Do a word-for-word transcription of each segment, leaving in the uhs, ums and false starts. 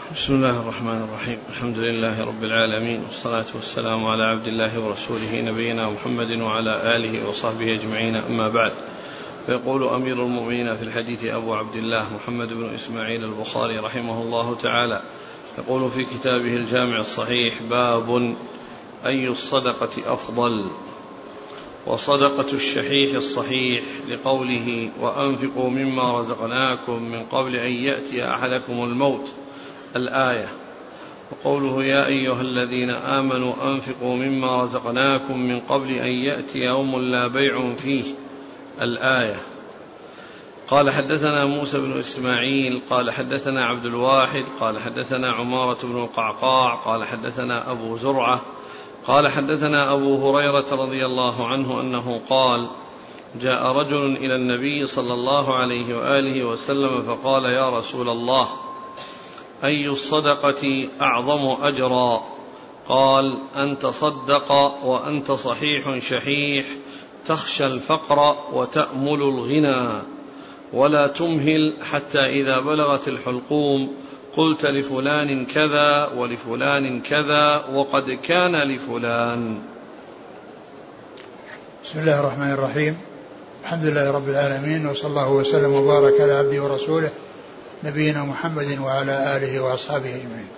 بسم الله الرحمن الرحيم. الحمد لله رب العالمين، والصلاة والسلام على عبد الله ورسوله نبينا محمد وعلى آله وصحبه أجمعين، أما بعد. فيقول أمير المؤمنين في الحديث أبو عبد الله محمد بن إسماعيل البخاري رحمه الله تعالى، يقول في كتابه الجامع الصحيح: باب أي الصدقة أفضل؟ وصدقة الشحيح الصحيح لقوله: وأنفقوا مما رزقناكم من قبل أن يأتي أحدكم الموت، الآية. وقوله: يا أيها الذين آمنوا أنفقوا مما رزقناكم من قبل أن يأتي يوم لا بيع فيه، الآية. قال: حدثنا موسى بن إسماعيل قال حدثنا عبد الواحد قال حدثنا عمارة بن القعقاع قال حدثنا أبو زرعة قال حدثنا أبو هريرة رضي الله عنه أنه قال: جاء رجل إلى النبي صلى الله عليه وآله وسلم فقال: يا رسول الله، أي الصدقة أعظم أجرا؟ قال: أن تصدق وأنت صحيح شحيح تخشى الفقر وتأمل الغنى، ولا تمهل حتى إذا بلغت الحلقوم قلت لفلان كذا ولفلان كذا وقد كان لفلان. بسم الله الرحمن الرحيم. الحمد لله رب العالمين، وصلى الله وسلم وبارك على عبده ورسوله نبينا محمد وعلى آله وأصحابه أجمعين.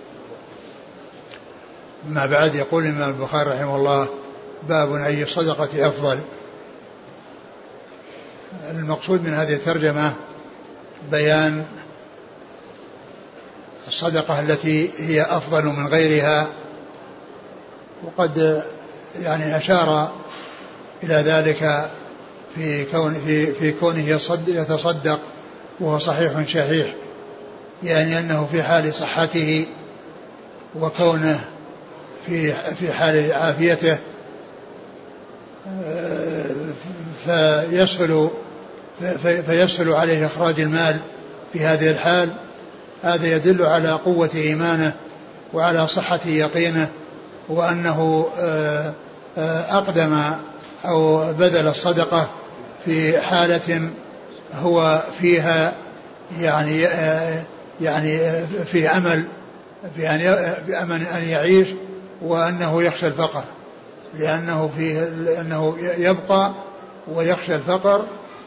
أما بعد، يقول الإمام البخاري رحمه الله: باب أي الصدقة أفضل. المقصود من هذه الترجمة بيان الصدقة التي هي أفضل من غيرها، وقد يعني أشار إلى ذلك في كون في في كونه يتصدق وهو صحيح شحيح، يعني أنه في حال صحته وكونه في في حال عافيته فيسهل فيسهل عليه إخراج المال في هذه الحال. هذا يدل على قوة إيمانه وعلى صحة يقينه، وأنه أقدم أو بذل الصدقة في حالة هو فيها يعني يعني في أمل في أن في أمل أن يعيش، وأنه يخشى الفقر، لأنه فيه لأنه يبقى ويخشى الفقر،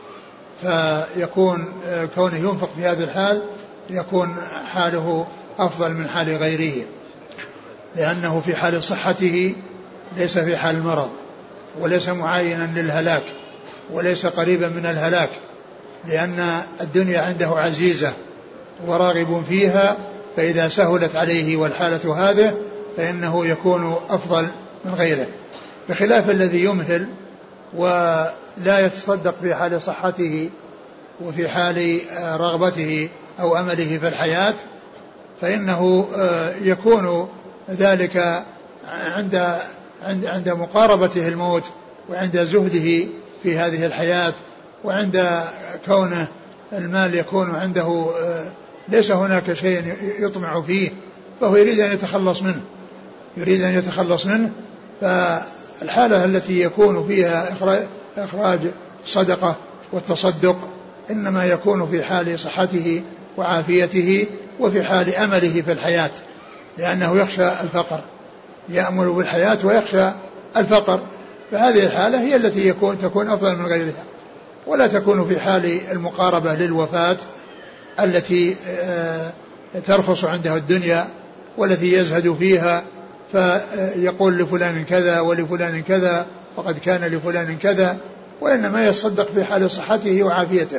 فيكون كونه ينفق في هذا الحال يكون حاله أفضل من حال غيره، لأنه في حال صحته ليس في حال المرض، وليس معاينا للهلاك، وليس قريبا من الهلاك، لأن الدنيا عنده عزيزة وراغب فيها، فإذا سهلت عليه والحالة هذه فإنه يكون أفضل من غيره، بخلاف الذي يمهل ولا يتصدق في حال صحته وفي حال رغبته أو أمله في الحياة، فإنه يكون ذلك عند عند مقاربته الموت، وعند زهده في هذه الحياة، وعند كونه المال يكون عنده ليس هناك شيء يطمع فيه، فهو يريد أن يتخلص منه يريد أن يتخلص منه فالحالة التي يكون فيها إخراج صدقة والتصدق إنما يكون في حال صحته وعافيته وفي حال أمله في الحياة، لأنه يخشى الفقر، يأمل بالحياة ويخشى الفقر، فهذه الحالة هي التي يكون تكون أفضل من غيرها، ولا تكون في حال المقاربة للوفاة التي ترفص عنده الدنيا والتي يزهد فيها، فيقول لفلان كذا ولفلان كذا وقد كان لفلان كذا، وإنما يصدق في حال صحته وعافيته.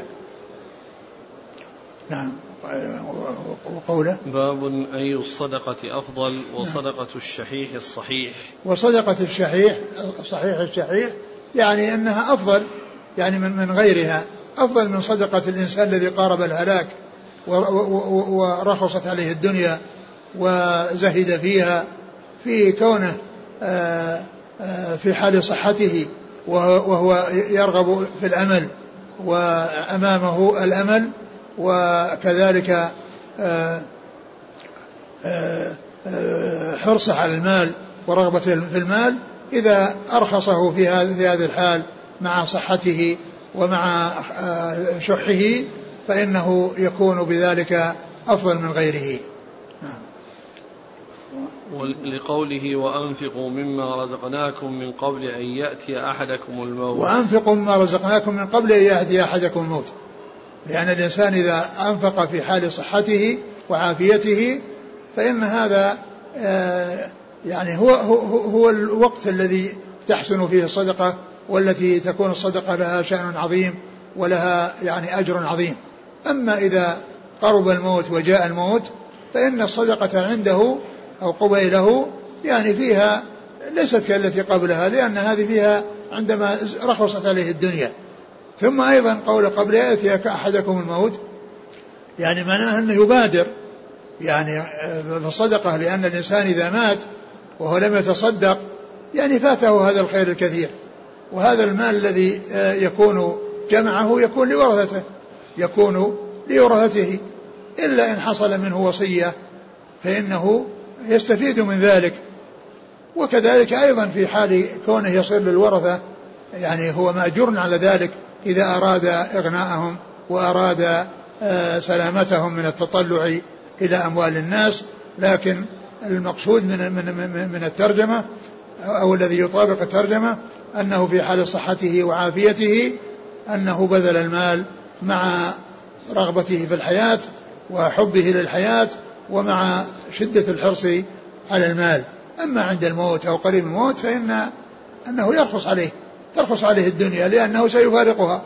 نعم. وقوله: باب أي الصدقة أفضل؟ وصدقة الشحيح الصحيح. وصدقة الشحيح صحيح الشحيح يعني أنها أفضل، يعني من من غيرها، أفضل من صدقة الإنسان الذي قارب الهلاك ورخصت عليه الدنيا وزهد فيها، في كونه في حال صحته وهو يرغب في الأمل وأمامه الأمل، وكذلك حرصه على المال ورغبته في المال. إذا أرخصه في هذه الحال مع صحته ومع شحه فإنه يكون بذلك أفضل من غيره. لقوله وأنفقوا مما رزقناكم من قبل أن يأتي أحدكم الموت. وأنفقوا مما رزقناكم من قبل أن يأتي أحدكم الموت، لأن الإنسان إذا أنفق في حال صحته وعافيته فإن هذا يعني هو, هو, هو الوقت الذي تحسن فيه الصدقة، والتي تكون الصدقة لها شأن عظيم ولها يعني أجر عظيم. أما إذا قرب الموت وجاء الموت فإن الصدقة عنده أو قبيله يعني فيها ليست كالتي قبلها، لأن هذه فيها عندما رخصت عليه الدنيا. ثم أيضا قول قبل يأتي أحدكم الموت يعني معناه أنه يبادر يعني في الصدقة، لأن الإنسان إذا مات وهو لم يتصدق يعني فاته هذا الخير الكثير، وهذا المال الذي يكون جمعه يكون لورثته يكون لورثته إلا إن حصل منه وصية فإنه يستفيد من ذلك. وكذلك أيضا في حال كونه يصير للورثة يعني هو مأجور على ذلك إذا أراد إغناءهم وأراد سلامتهم من التطلع إلى أموال الناس. لكن المقصود من, من, من الترجمة أو الذي يطابق الترجمة أنه في حال صحته وعافيته أنه بذل المال مع رغبته في الحياة وحبه للحياة ومع شدة الحرص على المال. أما عند الموت أو قريب الموت فإن أنه يرخص عليه ترخص عليه الدنيا لأنه سيفارقها.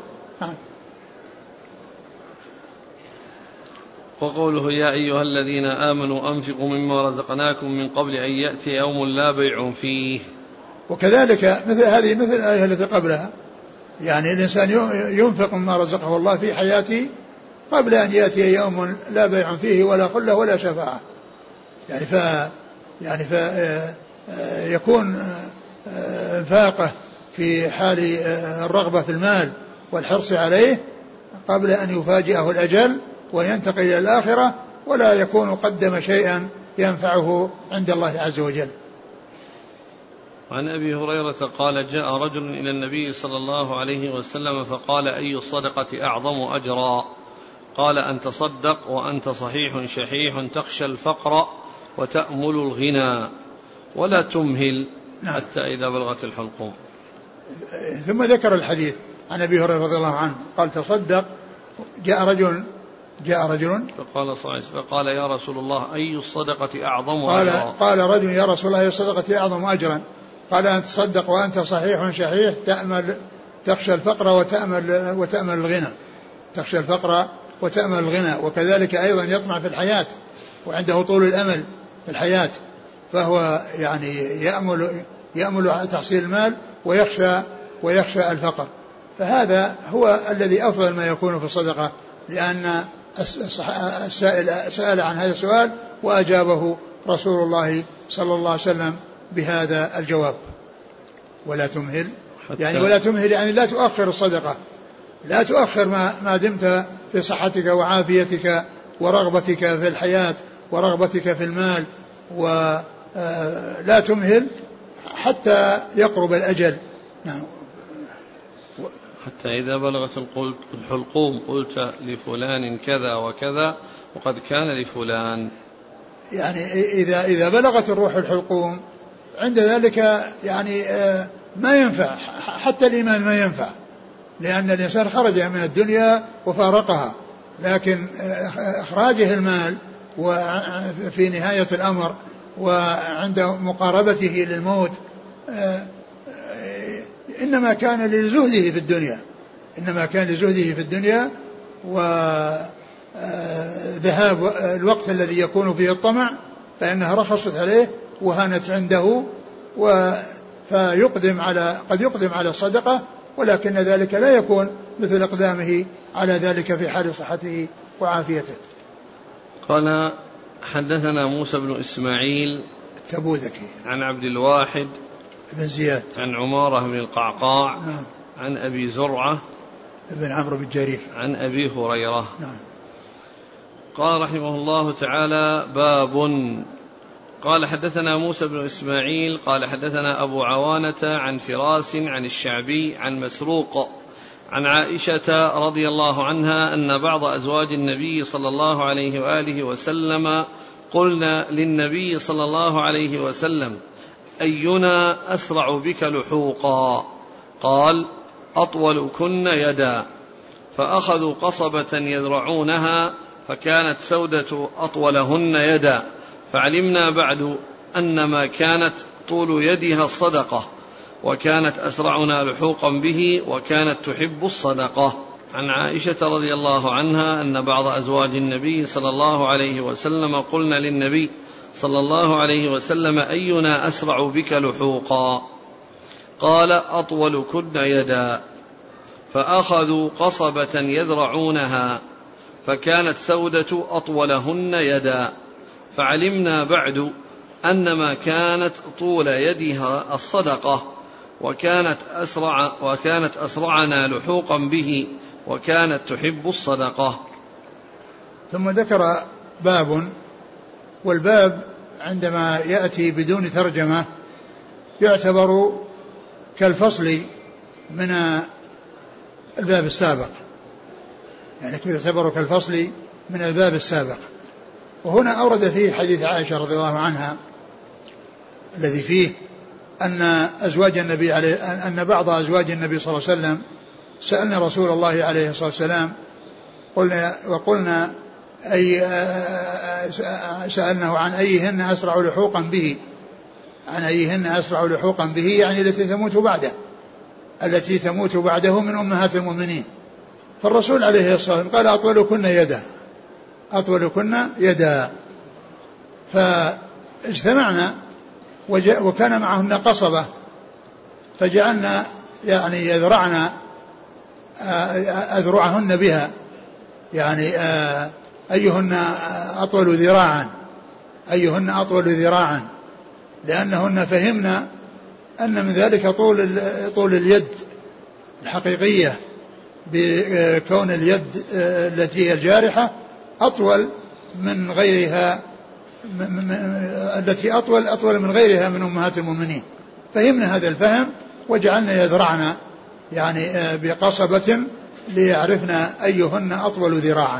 وقوله يا أيها الذين آمنوا أنفقوا مما رزقناكم من قبل أن يأتي يوم لا بيع فيه. وكذلك مثل هذه مثل الآية التي قبلها يعني الإنسان ينفق مما رزقه الله في حياته قبل أن يأتي يوم لا بيع فيه ولا خلة ولا شفاعة. يعني ف يعني فيكون انفاقه في حال الرغبة في المال والحرص عليه قبل أن يفاجئه الأجل وينتقل إلى الآخرة، ولا يكون قدم شيئا ينفعه عند الله عز وجل. عن أبي هريرة قال جاء رجل إلى النبي صلى الله عليه وسلم فقال أي الصدقة أعظم أجرا؟ قال أن تصدق وأنت صحيح شحيح تخشى الفقر وتأمل الغنى ولا تمهل حتى إذا بلغت الحلقوم. ثم ذكر الحديث عن أبي هريرة رضي الله عنه قال تصدق جاء رجل جاء رجل فقال صحيح فقال يا رسول الله أي الصدقة أعظم قال أجرا؟ قال رجل يا رسول الله أي الصدقة أعظم أجرا؟ قال أن تصدق وأنت صحيح شحيح تأمل تخشى الفقر وتأمل وتأمل الغنى تخشى الفقر وتأمل الغنى. وكذلك أيضا يطمع في الحياة وعنده طول الأمل في الحياة، فهو يعني يأمل يأمل تحصيل المال ويخشى ويخشى الفقر. فهذا هو الذي أفضل ما يكون في الصدقة، لأن السائل سأل عن هذا السؤال وأجابه رسول الله صلى الله عليه وسلم بهذا الجواب. ولا تمهل يعني ولا تمهل يعني لا تؤخر الصدقة، لا تؤخر ما, ما دمت في صحتك وعافيتك ورغبتك في الحياة ورغبتك في المال، ولا تمهل حتى يقرب الأجل. نعم. حتى إذا بلغت الحلقوم قلت لفلان كذا وكذا وقد كان لفلان. يعني إذا إذا بلغت الروح الحلقوم عند ذلك يعني ما ينفع حتى الإيمان ما ينفع، لأن الإنسان خرج من الدنيا وفارقها، لكن إخراجه المال وفي نهاية الأمر وعند مقاربته للموت إنما كان لزهده في الدنيا إنما كان لزهده في الدنيا وذهاب الوقت الذي يكون فيه الطمع، فإنها رخصت عليه وهانت عنده فيقدم على قد يقدم على الصدقة، ولكن ذلك لا يكون مثل إقدامه على ذلك في حال صحته وعافيته. قال حدثنا موسى بن إسماعيل التبوذكي عن عبد الواحد بن زياد عن عمارة بن القعقاع نعم. عن أبي زرعة بن عمرو بن جرير عن أبي هريرة نعم. قال رحمه الله تعالى باب. قال حدثنا موسى بن إسماعيل قال حدثنا أبو عوانة عن فراس عن الشعبي عن مسروق عن عائشة رضي الله عنها أن بعض أزواج النبي صلى الله عليه وآله وسلم قلنا للنبي صلى الله عليه وسلم: أينا أسرع بك لحوقا؟ قال: أطولكن يدا. فأخذوا قصبة يذرعونها فكانت سودة أطولهن يدا، فعلمنا بعد أن ما كانت طول يدها الصدقة، وكانت أسرعنا لحوقا به، وكانت تحب الصدقة. عن عائشة رضي الله عنها أن بعض أزواج النبي صلى الله عليه وسلم قلنا للنبي صلى الله عليه وسلم: أينا أسرع بك لحوقا؟ قال: أطولكن يدا. فأخذوا قصبة يذرعونها فكانت سودة أطولهن يدا، فعلمنا بعد أن ما كانت طول يدها الصدقة، وكانت أسرع وكانت أسرعنا لحوقا به، وكانت تحب الصدقة. ثم ذكر باب، والباب عندما يأتي بدون ترجمة يعتبر كالفصل من الباب السابق، يعني يعتبر كالفصل من الباب السابق. وهنا أورد فيه حديث عائشة رضي الله عنها الذي فيه أن أزواج النبي عليه أن بعض أزواج النبي صلى الله عليه وسلم سألنا رسول الله عليه الصلاة والسلام قلنا وقلنا أي سألناه عن أيهن أسرع لحوقا به، عن أيهن أسرع لحوقا به يعني التي تموت بعده، التي تموت بعده من أمهات المؤمنين. فالرسول عليه الصلاة والسلام قال: أطولكن يدا، أطولكن يدا. فاجتمعنا وكان معهن قصبة، فجعلنا يعني يذرعن أذرعهن بها، يعني أيهن أطول ذراعا، أيهن أطول ذراعا، لأنهن فهمنا أن من ذلك طول طول اليد الحقيقية، بكون اليد التي هي الجارحة أطول من غيرها، التي أطول أطول من غيرها من أمهات المؤمنين. فهمنا هذا الفهم وجعلنا يذرعنا يعني بقصبة ليعرفنا أيهن أطول ذراعا،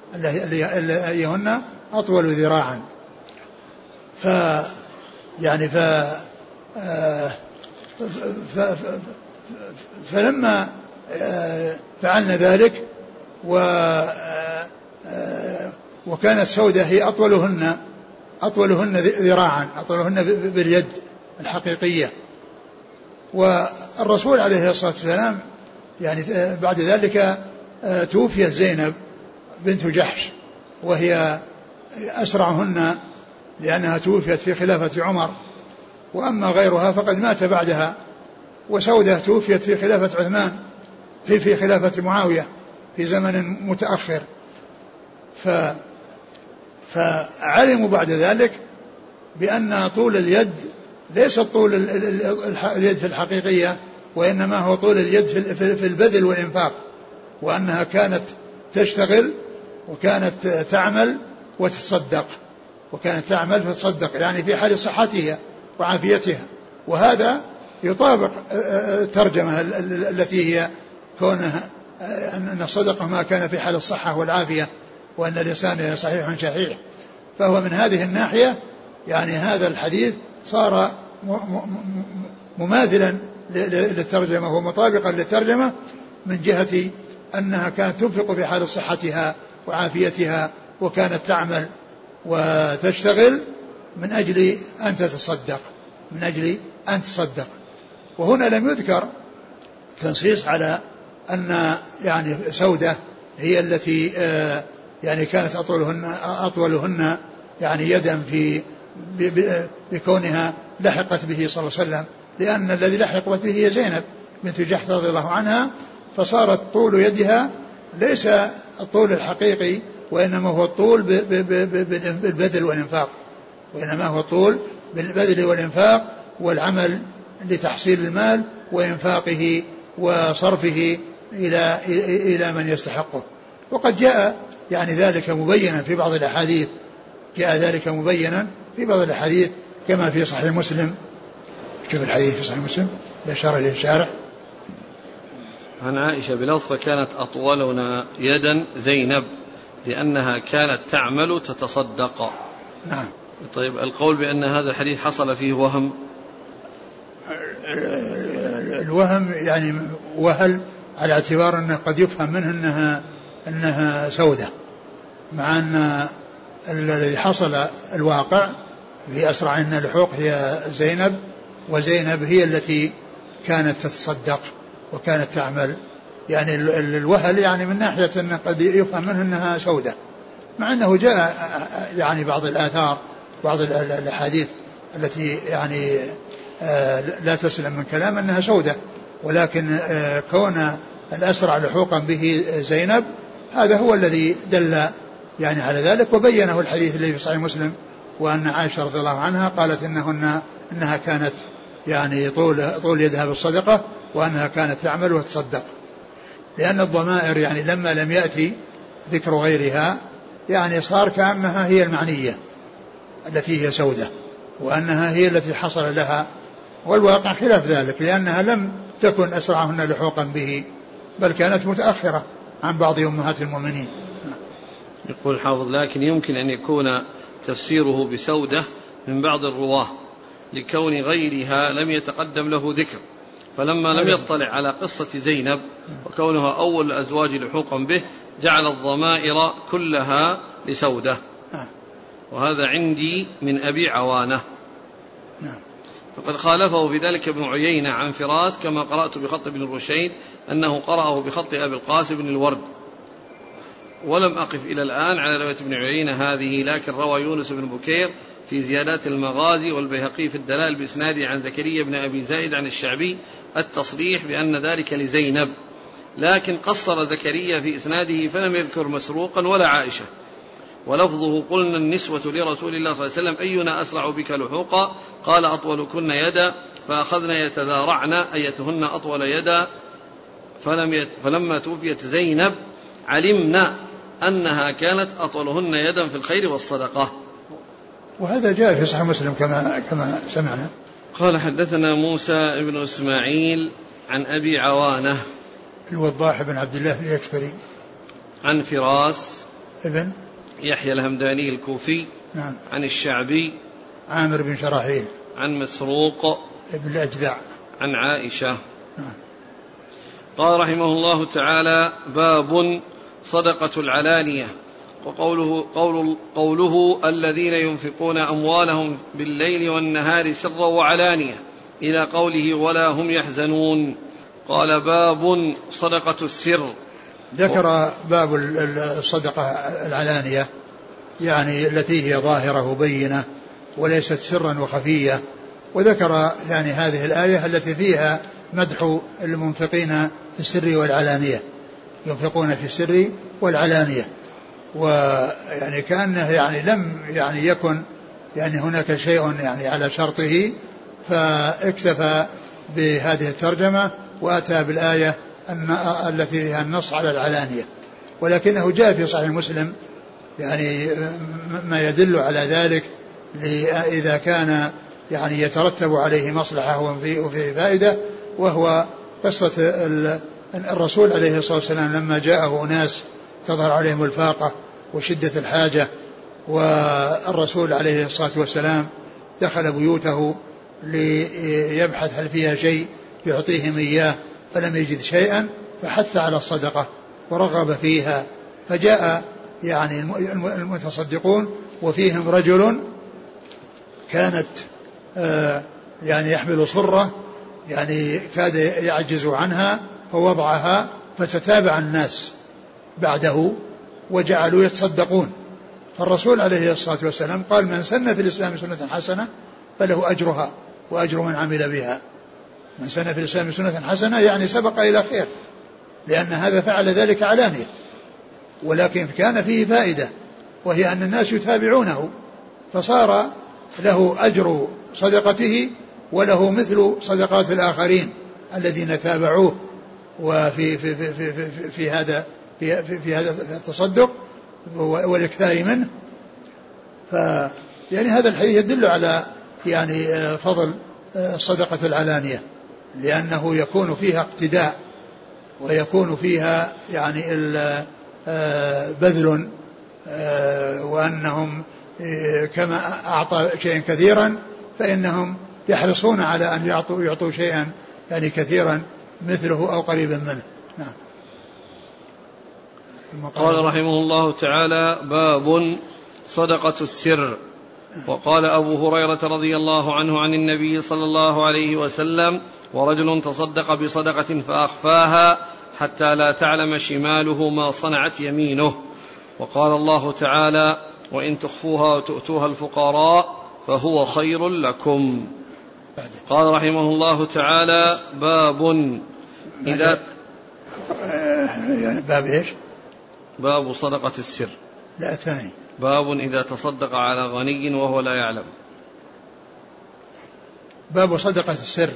أيهن أطول ذراعا. ف يعني ف ف فلما فعلنا ذلك وكانت سودة هي أطولهن أطولهن ذراعا، أطولهن باليد الحقيقية. والرسول عليه الصلاة والسلام يعني بعد ذلك توفيت زينب بنت جحش، وهي أسرعهن لأنها توفيت في خلافة عمر، وأما غيرها فقد مات بعدها. وسودة توفيت في خلافة عثمان في في خلافة معاوية في زمن متأخر. ف فعلموا بعد ذلك بأن طول اليد ليس طول اليد في الحقيقية، وإنما هو طول اليد في البذل والإنفاق، وأنها كانت تشتغل وكانت تعمل وتصدق، وكانت تعمل وتصدق يعني في حال صحتها وعافيتها. وهذا يطابق الترجمة التي هي كونها أن الصدقة ما كان في حال الصحة والعافية، وأن الإنسان صحيح شحيح. فهو من هذه الناحية يعني هذا الحديث صار مماثلا للترجمة ومطابقا للترجمة من جهة أنها كانت تنفق في حال صحتها وعافيتها، وكانت تعمل وتشتغل من أجل أن تتصدق، من أجل أن تصدق. وهنا لم يذكر تنصيص على أن يعني سودة هي التي يعني كانت أطولهن, أطولهن يعني يدا في بكونها لحقت به صلى الله عليه وسلم، لأن الذي لحق به هي زينب بنت جحش رضي الله عنها، فصارت طول يدها ليس الطول الحقيقي، وإنما هو الطول بالبذل والإنفاق، وإنما هو الطول بالبذل والإنفاق والعمل لتحصيل المال وإنفاقه وصرفه إلى إلى من يستحقه. وقد جاء يعني ذلك مبينا في بعض الأحاديث، جاء ذلك مبينا في بعض الأحاديث كما في صحيح مسلم. شوف الحديث في صحيح مسلم بإشارة إليه الشارح. عن عائشة بلفظ: فكانت أطولنا يدا زينب لأنها كانت تعمل تتصدق. نعم. طيب القول بأن هذا الحديث حصل فيه وهم، الوهم يعني وهل على اعتبار أنه قد يفهم منه أنها, أنها سودة، مع أن الذي حصل الواقع في أسرع أن اللحوق هي زينب، وزينب هي التي كانت تتصدق وكانت تعمل، يعني الوهل يعني من ناحية أنه قد يفهم منه أنها سودة، مع أنه جاء يعني بعض الآثار بعض الأحاديث التي يعني لا تسلم من كلام أنها سودة، ولكن كون الأسرع لحوقا به زينب هذا هو الذي دل يعني على ذلك، وبينه الحديث الذي في صحيح مسلم، وأن عائشة رضي الله عنها قالت إنهن إنها كانت يعني طول طول يدها بالصدقة، وأنها كانت تعمل وتصدق، لأن الضمائر يعني لما لم يأتي ذكر غيرها يعني صار كأنها هي المعنية التي هي سودة، وأنها هي التي حصل لها، والواقع خلاف ذلك، لأنها لم تكن أسرعهن لحوقا به، بل كانت متأخرة عن بعض أمهات المؤمنين. يقول الحافظ: لكن يمكن أن يكون تفسيره بسودة من بعض الرواه لكون غيرها لم يتقدم له ذكر، فلما لم يطلع على قصة زينب وكونها أول الأزواج لحوقا به جعل الضمائر كلها لسودة، وهذا عندي من أبي عوانة. فقد خالفه في ذلك ابن عيينة عن فراس، كما قرأت بخط ابن الرشيد أنه قرأه بخط أبي القاسم بن الورد، ولم أقف إلى الآن على رواية ابن عيينة هذه، لكن روى يونس بن بكير في زيادات المغازي والبيهقي في الدلائل بإسناده عن زكريا بن أبي زايد عن الشعبي التصريح بأن ذلك لزينب، لكن قصر زكريا في إسناده فلم يذكر مسروقا ولا عائشة، ولفظه: قلنا النسوة لرسول الله صلى الله عليه وسلم أينا أسرع بك لحوقا، قال أطولكن يدا، فأخذنا يتذارعن أيتهن أطول يدا، فلم يت فلما توفيت زينب علمنا أنها كانت أطولهن يدا في الخير والصدقة. وهذا جاء في صحيح مسلم كما كما سمعنا. قال: حدثنا موسى بن إسماعيل عن أبي عوانة الوضاح بن عبد الله اليكفري عن فراس ابن يحيى الهمداني الكوفي نعم عن الشعبي عامر بن شراحيل عن مسروق ابن الأجدع عن عائشة. نعم. قال رحمه الله تعالى: باب صدقة العلانية. وقوله قول قوله الذين ينفقون أموالهم بالليل والنهار سرا وعلانية إلى قوله ولا هم يحزنون. قال: باب صدقة السر. ذكر باب الصدقة العلانية يعني التي هي ظاهرة وبينة وليست سرا وخفية، وذكر يعني هذه الآية التي فيها مدح المنفقين في السر والعلانية، ينفقون في السر والعلانية، ويعني كأنه يعني لم يعني يكن يعني هناك شيء يعني على شرطه، فاكتفى بهذه الترجمة وأتى بالآية التي فيها النص على العلانية، ولكنه جاء في صحيح مسلم يعني ما يدل على ذلك إذا كان يعني يترتب عليه مصلحة وفيه فائدة، وهو قصة الرسول عليه الصلاة والسلام لما جاءه ناس تظهر عليهم الفاقة وشدة الحاجة، والرسول عليه الصلاة والسلام دخل بيوته ليبحث هل فيها شيء يعطيهم إياه، فلم يجد شيئا فحث على الصدقة ورغب فيها، فجاء يعني المتصدقون وفيهم رجل كانت يعني يحمل صرة يعني كاد يعجز عنها فوضعها، فتتابع الناس بعده وجعلوا يتصدقون، فالرسول عليه الصلاة والسلام قال: من سن في الإسلام سنة حسنة فله أجرها وأجر من عمل بها. من سن في الإسلام سنة حسنة يعني سبق إلى خير، لأن هذا فعل ذلك علانية، ولكن كان فيه فائدة وهي أن الناس يتابعونه، فصار له أجر صدقته وله مثل صدقات الآخرين الذين تابعوه وفي في في في في, في هذا في, في, في هذا التصدق والاكثار منه. ف يعني هذا الحديث يدل على يعني فضل الصدقة العلانية، لأنه يكون فيها اقتداء ويكون فيها يعني بذل، وأنهم كما أعطى شيئا كثيرا فإنهم يحرصون على أن يعطوا, يعطوا شيئا يعني كثيرا مثله أو قريبا منه. نعم. قال رحمه الله تعالى: باب صدقة السر. وقال أبو هريرة رضي الله عنه عن النبي صلى الله عليه وسلم: ورجل تصدق بصدقة فأخفاها حتى لا تعلم شماله ما صنعت يمينه. وقال الله تعالى: وإن تخفوها وتؤتوها الفقراء فهو خير لكم. قال رحمه الله تعالى: باب إذا يعني باب إيش؟ باب صدقة السر. لا ثاني. باب إذا تصدق على غني وهو لا يعلم. باب صدقة السر.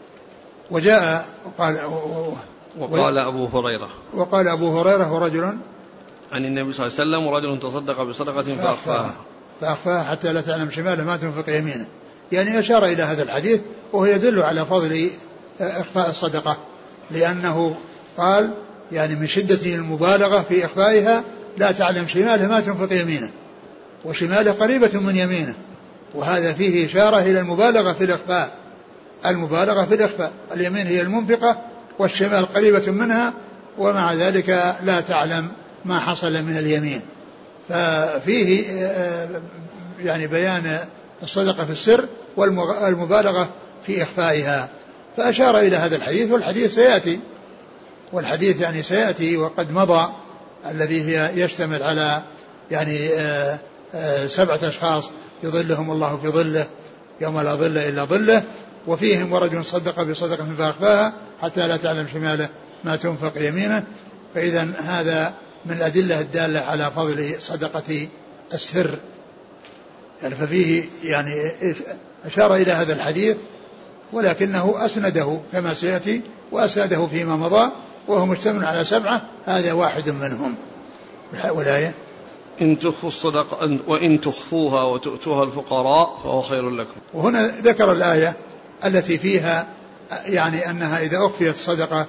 وجاء وقال وقال أبو هريرة وقال أبو هريرة ورجل عن النبي صلى الله عليه وسلم: ورجل تصدق بصدقة فأخفاها فأخفاها حتى لا تعلم شماله ما تنفق يمينه. يعني أشار إلى هذا الحديث وهو يدل على فضل إخفاء الصدقة، لأنه قال يعني من شدة المبالغة في إخفائها لا تعلم شماله ما تنفق يمينه، وشماله قريبة من يمينه، وهذا فيه إشارة إلى المبالغة في الإخفاء. المبالغة في الإخفاء، اليمين هي المنفقة والشمال قريبة منها، ومع ذلك لا تعلم ما حصل من اليمين. ففيه يعني بيان الصدقة في السر والمبالغة في إخفائها، فأشار إلى هذا الحديث، والحديث سيأتي والحديث يعني سيأتي وقد مضى، الذي هي يشتمل على يعني آآ آآ سبعة أشخاص يظلهم الله في ظله يوم لا ظل إلا ظله، وفيهم ورجل صدق بصدقة فأخفاها حتى لا تعلم شماله ما تنفق يمينه. فإذا هذا من الأدلة الدالة على فضل صدقة السر. يعني ففيه يعني أشار إلى هذا الحديث، ولكنه أسنده كما سيأتي، وأسنده فيما مضى، وهو مشتمل على سبعة، هذا واحد منهم. والآية: إن تخفوا الصدقة وإن تخفوها وتؤتوها الفقراء فهو خير لكم. وهنا ذكر الآية التي فيها يعني أنها إذا أخفيت الصدقة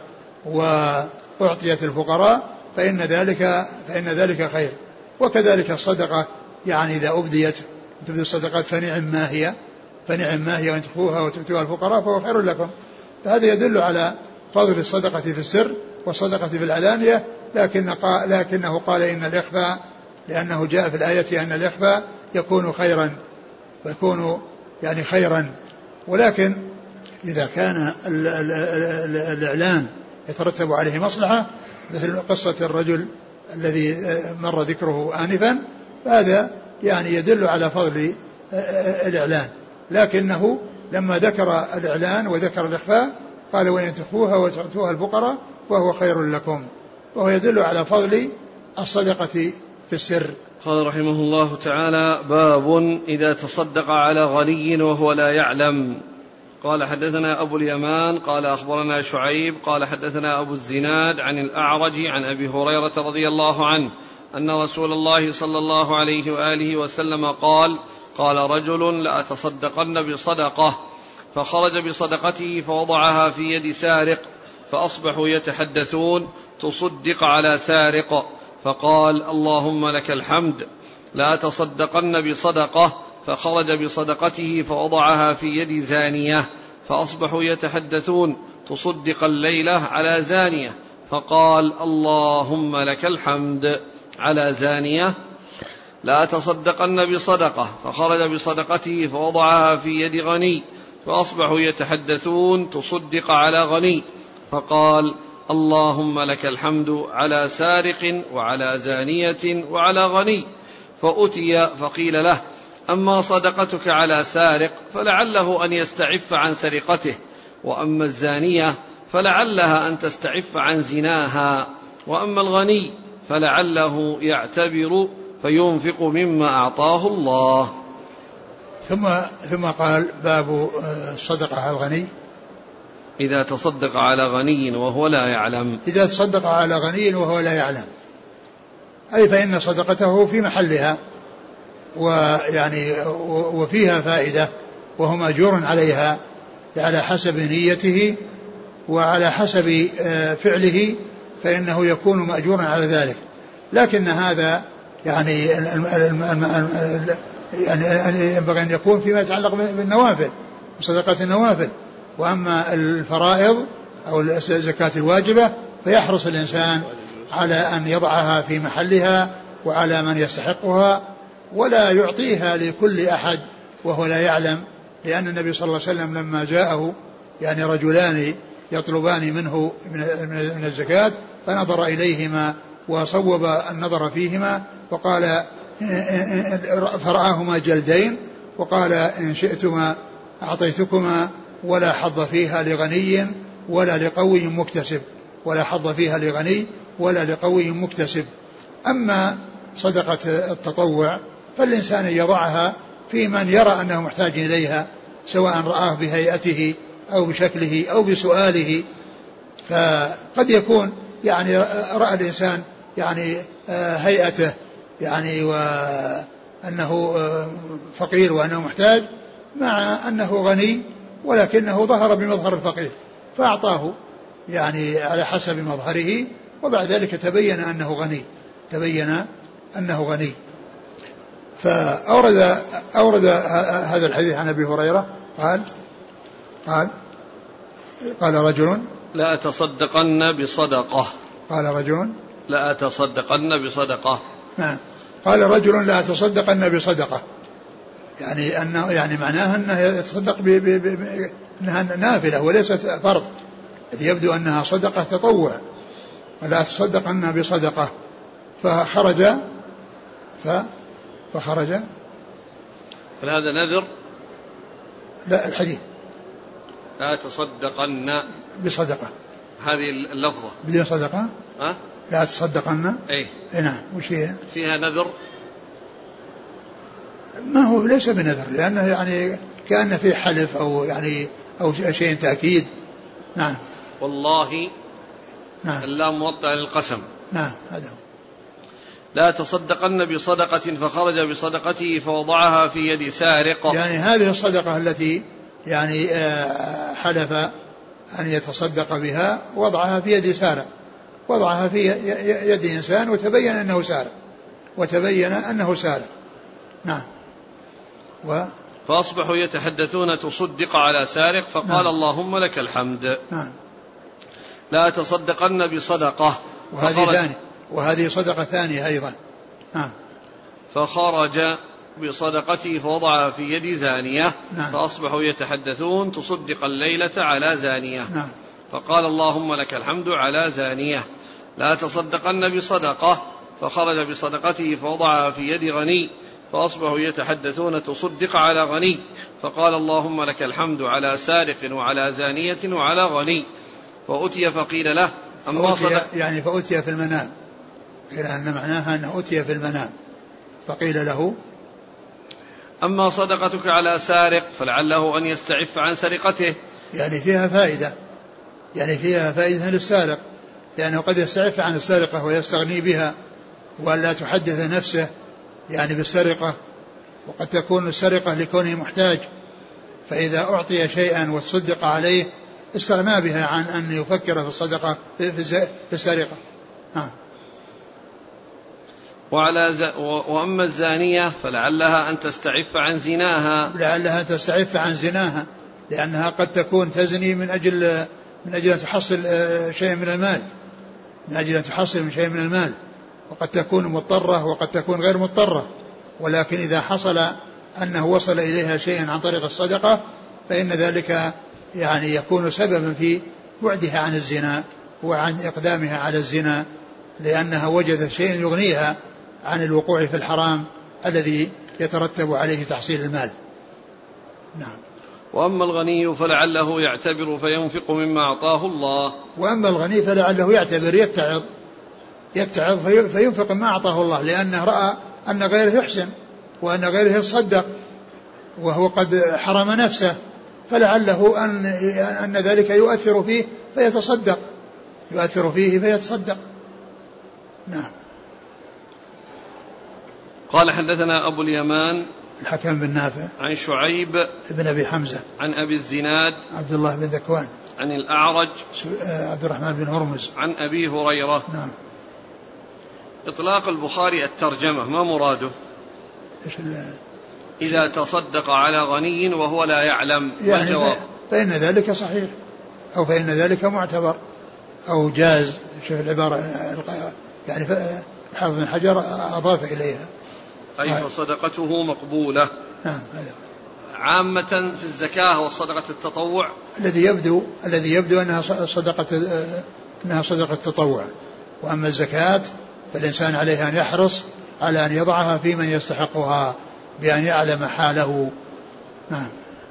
وأعطيت الفقراء فإن ذلك فإن ذلك خير. وكذلك الصدقة يعني إذا أبديت تبدي الصدقات فنعم ما هي فنعم ما هي وإن تخفوها وتؤتوها الفقراء فهو خير لكم. فهذا يدل على فضل الصدقة في السر والصدقة في العلانية، لكن قال لكنه قال إن الإخفاء، لأنه جاء في الآية أن الإخفاء يكون خيرا ويكون يعني خيرا. ولكن إذا كان ال ال ال الإعلان يترتب عليه مصلحة، مثل قصة الرجل الذي مر ذكره آنفا، فهذا يعني يدل على فضل الإعلان. لكنه لما ذكر الإعلان وذكر الإخفاء قال: وإن تخفوها وتؤتوها الفقراء فهو خير لكم، وهو يدل على فضل الصدقة في السر. قال رحمه الله تعالى: باب إذا تصدق على غني وهو لا يعلم. قال: حدثنا أبو اليمان قال أخبرنا شعيب قال حدثنا أبو الزناد عن الأعرج عن أبي هريرة رضي الله عنه أن رسول الله صلى الله عليه وآله وسلم قال: قال رجل: لأتصدقن بصدقة، فخرج بصدقته فوضعها في يد سارق، فأصبحوا يتحدثون: تصدق على سارق، فقال: اللهم لك الحمد. لأتصدقن بصدقة، فخرج بصدقته فوضعها في يد زانية، فأصبحوا يتحدثون: تصدق الليلة على زانية، فقال: اللهم لك الحمد. على زانية. لأتصدقن بصدقة، فخرج بصدقته فوضعها في يد غني، فأصبحوا يتحدثون: تصدق على غني، فقال: اللهم لك الحمد على سارق وعلى زانية وعلى غني. فأتي فقيل له: أما صدقتك على سارق فلعله أن يستعف عن سرقته، وأما الزانية فلعلها أن تستعف عن زناها، وأما الغني فلعله يعتبر فينفق مما أعطاه الله. ثم ثم قال: باب الصدقة على الغني إذا تصدق على غني وهو لا يعلم. إذا تصدق على غني وهو لا يعلم، أي فإن صدقته في محلها، ويعني وفيها فائدة، وهو مأجور عليها على حسب نيته وعلى حسب فعله، فإنه يكون مأجورا على ذلك. لكن هذا يعني يعني ينبغي أن يكون فيما يتعلق بالنوافل وصدقات النوافل. وأما الفرائض أو الزكاة الواجبة فيحرص الإنسان على أن يضعها في محلها وعلى من يستحقها، ولا يعطيها لكل أحد وهو لا يعلم، لأن النبي صلى الله عليه وسلم لما جاءه يعني رجلان يطلبان منه من الزكاة فنظر إليهما وصوب النظر فيهما وقال فرآهما جلدين وقال إن شئتما أعطيتكما ولا حظ فيها لغني ولا لقوي مكتسب، ولا حظ فيها لغني ولا لقوي مكتسب. أما صدقة التطوع فالإنسان يضعها في من يرى أنه محتاج إليها، سواء رآه بهيئته أو بشكله أو بسؤاله. فقد يكون يعني رأى الإنسان يعني هيئته يعني وأنه فقير وأنه محتاج مع أنه غني، ولكنه ظهر بمظهر الفقير فأعطاه يعني على حسب مظهره، وبعد ذلك تبين أنه غني تبين أنه غني. فأورد أورد هذا الحديث عن أبي هريرة قال قال قال رجل لا أتصدقن بصدقة قال رجل لا أتصدقن بصدقة نعم قال رجل لا أتصدقن بصدقة، يعني أنه يعني معناها أنه يتصدق ب ب ب أنها نافلة وليست فرض، يبدو أنها صدقة تطوع، ولا أتصدقن بصدقة. فخرج ف فخرج هذا نذر. لا الحديث لا تصدقن بصدقة، هذه اللفظة بدون صدقة أه؟ لا تصدقن أي نعم. وش هي؟ فيها نذر؟ ما هو ليس بنذر، لأنه يعني كأن في حلف أو يعني أو شيء تأكيد. نعم والله نعم اللام موطئة للقسم. نعم هذا هو. لا تصدقن بصدقة فخرج بصدقته فوضعها في يد سارق، يعني هذه الصدقة التي يعني حلف أن يتصدق بها وضعها في يد سارق، وضعها في يد إنسان وتبين أنه سارق وتبين أنه سارق. نعم. و فأصبحوا يتحدثون تصدق على سارق فقال نعم. اللهم لك الحمد. نعم. لا تصدقن بصدقة، وهذه ثانية وهذه صدقة ثانية أيضا. نعم. فخرج بصدقته فوضعها في يد زانية. نعم. فأصبحوا يتحدثون تصدق الليلة على زانية. نعم. فقال اللهم لك الحمد على زانية. لا تصدقن بصدقة، فخرج بصدقته فوضعها في يد غني. فأصبحوا يتحدثون تصدق على غني. فقال اللهم لك الحمد على سارق وعلى زانية وعلى غني. فأتي فقيل له أما صدق يعني فأتي في المنام، لأن معناها أنه أتي في المنام فقيل له أما صدقتك على سارق فلعله أن يستعف عن سرقته، يعني فيها فائدة يعني فيها فائدة للسارق، لأنه قد يستعف عن السرقة ويستغني بها ولا تحدث نفسه يعني بالسرقة، وقد تكون السرقة لكونه محتاج، فإذا أعطي شيئا وتصدق عليه استغنى بها عن أن يفكر في الصدقة في السرقة. ها. وعلى ز... وأما الزانية فلعلها أن تستعف عن زناها لعلها أن تستعف عن زناها لأنها قد تكون تزني من أجل من أجل أن تحصل شيء من المال من أجل أن تحصل من شيء من المال وقد تكون مضطرة وقد تكون غير مضطرة، ولكن إذا حصل أنه وصل إليها شيئا عن طريق الصدقة فإن ذلك يعني يكون سببا في بعدها عن الزنا وعن إقدامها على الزنا، لأنها وجدت شيئا يغنيها عن الوقوع في الحرام الذي يترتب عليه تحصيل المال. نعم. وأما الغني فلعله يعتبر فينفق مما أعطاه الله. وأما الغني فلعله يعتبر يتعظ يتعظ فينفق ما أعطاه الله، لأنه رأى أن غيره يحسن وأن غيره يتصدق وهو قد حرم نفسه، فلعله أن, أن ذلك يؤثر فيه فيتصدق يؤثر فيه فيتصدق. نعم. قال حدثنا أبو اليمان الحكم بن نافع عن شعيب بن أبي حمزة عن أبي الزناد عبد الله بن ذكوان عن الأعرج عبد الرحمن بن هرمز عن أبي هريرة. نعم. إطلاق البخاري الترجمة ما مراده؟ إيش إذا تصدق على غني وهو لا يعلم، يعني والجواب فإن ذلك صحيح أو فإن ذلك معتبر أو جاز. شوف العبارة يعني حافظ بن حجر أضاف إليها أي فصدقته مقبولة. نعم. هذا عامة في الزكاة والصدقة التطوع الذي يبدو الذي يبدو أنها صدقة أنها صدقة تطوع، وأما الزكاة فالإنسان عليه أن يحرص على أن يضعها في من يستحقها بأن يعلم حاله. نعم.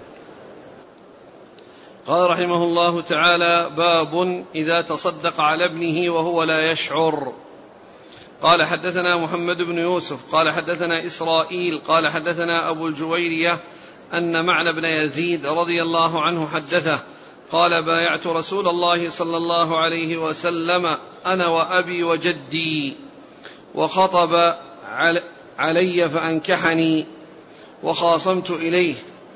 قال رحمه الله تعالى: باب إذا تصدق على ابنه وهو لا يشعر. قال حدثنا محمد بن يوسف قال حدثنا إسرائيل قال حدثنا أبو الجويرية أن معنى بن يزيد رضي الله عنه حدثه قال: بايعت رسول الله صلى الله عليه وسلم أنا وأبي وجدي، وخطب علي فأنكحني وخاصمت إليه.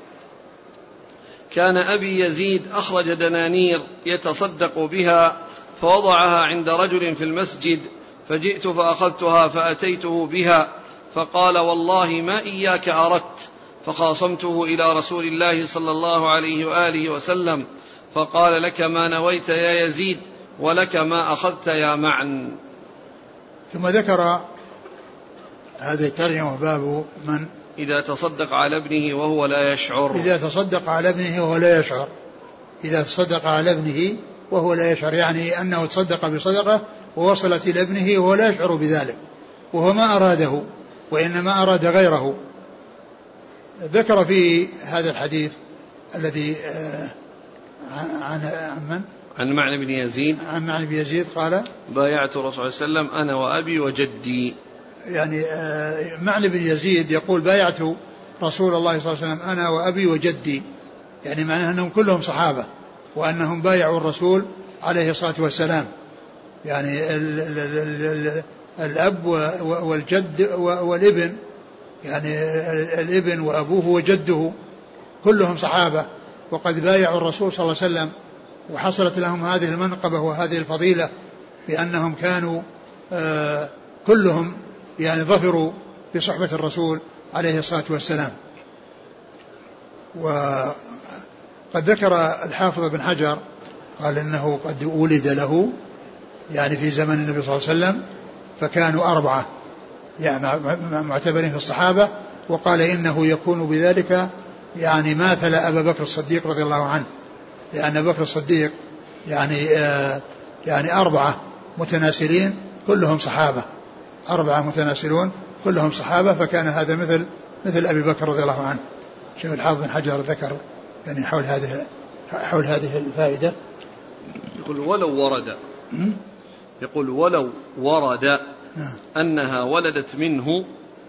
كان أبي يزيد أخرج دنانير يتصدق بها فوضعها عند رجل في المسجد، فجئت فأخذتها فأتيته بها فقال: والله ما إياك أردت، فخاصمته إلى رسول الله صلى الله عليه وآله وسلم فقال: لك ما نويت يا يزيد ولك ما أخذت يا معن. ثم ذكر هذه الترجمة باب من إذا تصدق على ابنه وهو لا يشعر. إذا تصدق على ابنه وهو لا يشعر إذا تصدق على ابنه وهو لا يشعر يعني أنه تصدق بصدقة ووصلت إلى ابنه وهو لا يشعر بذلك، وهو ما أراده وإنما أراد غيره. ذكر في هذا الحديث الذي عن من؟ عن معنى بن يزيد عن معنى بن يزيد قال: بايعت الرسول صلى الله عليه وسلم أنا وأبي وجدي. يعني معنى بن يزيد يقول: بايعت رسول الله صلى الله عليه وسلم أنا وأبي وجدي، يعني معناه أنهم كلهم صحابة وأنهم بايعوا الرسول عليه الصلاة والسلام، يعني ال ال ال ال الأب والجد والابن، يعني الابن وأبوه وجده كلهم صحابة وقد بايعوا الرسول صلى الله عليه وسلم، وحصلت لهم هذه المنقبة وهذه الفضيلة بأنهم كانوا آه كلهم يعني ظفروا بصحبة الرسول عليه الصلاة والسلام. وقد ذكر الحافظ بن حجر قال إنه قد ولد له يعني في زمن النبي صلى الله عليه وسلم فكانوا أربعة يعني معتبرين في الصحابة، وقال إنه يكون بذلك يعني ماثل أبا بكر الصديق رضي الله عنه، لأن بكر الصديق يعني آه يعني أربعة متناسلين كلهم صحابة، أربعة متناسلون كلهم صحابة، فكان هذا مثل مثل أبي بكر رضي الله عنه. شيخ الحافظ بن حجر ذكر يعني حول هذه حول هذه الفائدة. يقول ولو ورد يقول ولو ورد نعم. أنها ولدت منه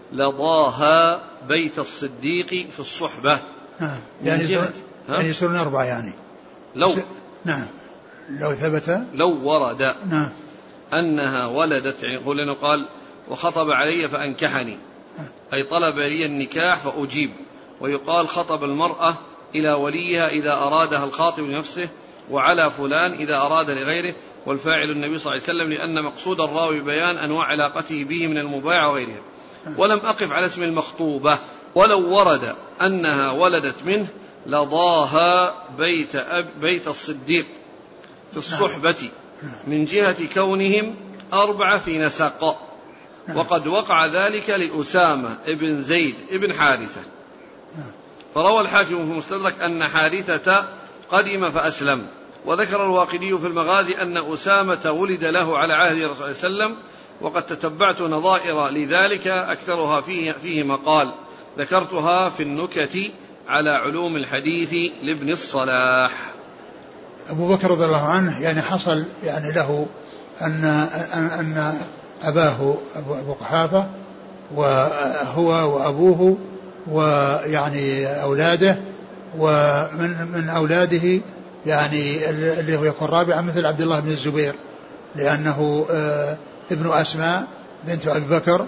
لضاها بيت الصديق في الصحبة. نعم. يعني يعني يصيرون أربعة يعني لو نعم لو ثبت لو ورد نعم أنها ولدت، يعني يقول لأنه قال: وخطب علي فأنكحني، أي طلب لي النكاح فأجيب. ويقال: خطب المرأة إلى وليها إذا أرادها الخاطب لنفسه، وعلى فلان إذا أراد لغيره، والفاعل النبي صلى الله عليه وسلم، لأن مقصود الراوي بيان أنواع علاقته به من المبايعة وغيرها. ولم أقف على اسم المخطوبة. ولو ورد أنها ولدت منه لضاها بيت, أب بيت الصديق في الصحبة من جهة كونهم أربعة في نسق، وقد وقع ذلك لأسامة ابن زيد ابن حارثة. فروى الحاكم في مستدرك أن حارثة قدم فأسلم. وذكر الواقدي في المغازي أن أسامة ولد له على عهد الرسول صلى الله عليه وسلم، وقد تتبعت نظائر لذلك أكثرها فيه, فيه مقال ذكرتها في النكت على علوم الحديث لابن الصلاح. أبو بكر رضي الله عنه يعني حصل يعني له أن أن أباه أبو قحافة وهو وأبوه ويعني أولاده، ومن من أولاده يعني اللي هو يكون رابعا مثل عبد الله بن الزبير، لأنه ابن أسماء بنت أبي بكر،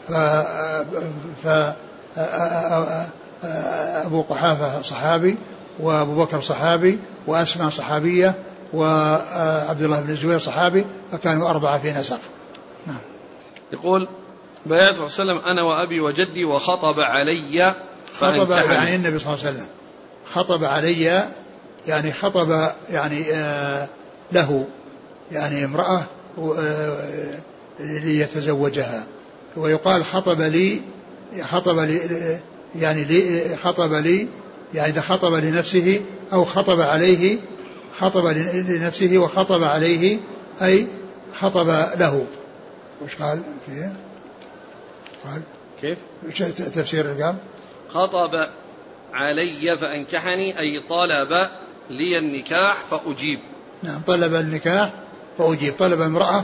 فأبو قحافة صحابي وأبو بكر صحابي وأسماء صحابية وعبد الله بن الزبير صحابي، فكانوا أربعة في نسق. نعم. يقول بيات صلى الله عليه وسلم أنا وأبي وجدي وخطب علي خطب يعني النبي صلى الله عليه وسلم خطب علي يعني خطب يعني آه له يعني امرأة آه ليتزوجها. ويقال خطب لي خطب لي يعني لي خطب لي يعني إذا خطب لنفسه أو خطب عليه خطب لنفسه وخطب عليه أي خطب له. وش قال فيه؟ قال كيف تفسير قال خطب علي فأنكحني أي طلب لي النكاح فأجيب. نعم طلب النكاح فأجيب طلب امرأة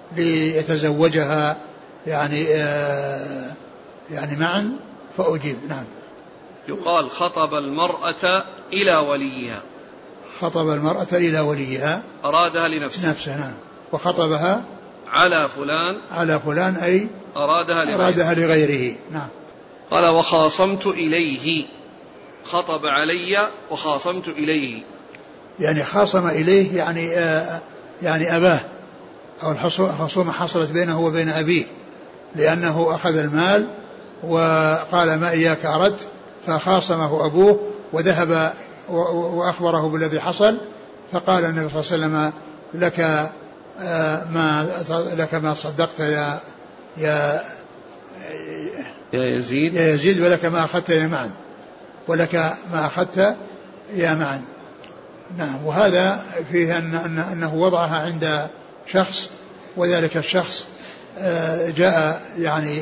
ليتزوجها يعني آه يعني معا فأجيب. نعم. يقال خطب المرأة إلى وليها خطب المرأة إلى وليها أرادها لنفسه نفسه. نعم. وخطبها على فلان على فلان أي أرادها لغيره, أرادها لغيره. نعم. قال وخاصمت إليه خطب علي وخاصمت إليه يعني خاصم إليه يعني آه يعني أباه أو الخصومة حصلت بينه وبين أبيه لأنه أخذ المال وقال ما إياك أردت فخاصمه أبوه وذهب وأخبره بالذي حصل فقال النبي صلى الله عليه وسلم لك ما لك ما صدقت يا يا يا يزيد يا يزيد ولك ما أخذت يا معن ولك ما أخذت يا معن. نعم. وهذا فيه أن أنه وضعها عند شخص وذلك الشخص جاء يعني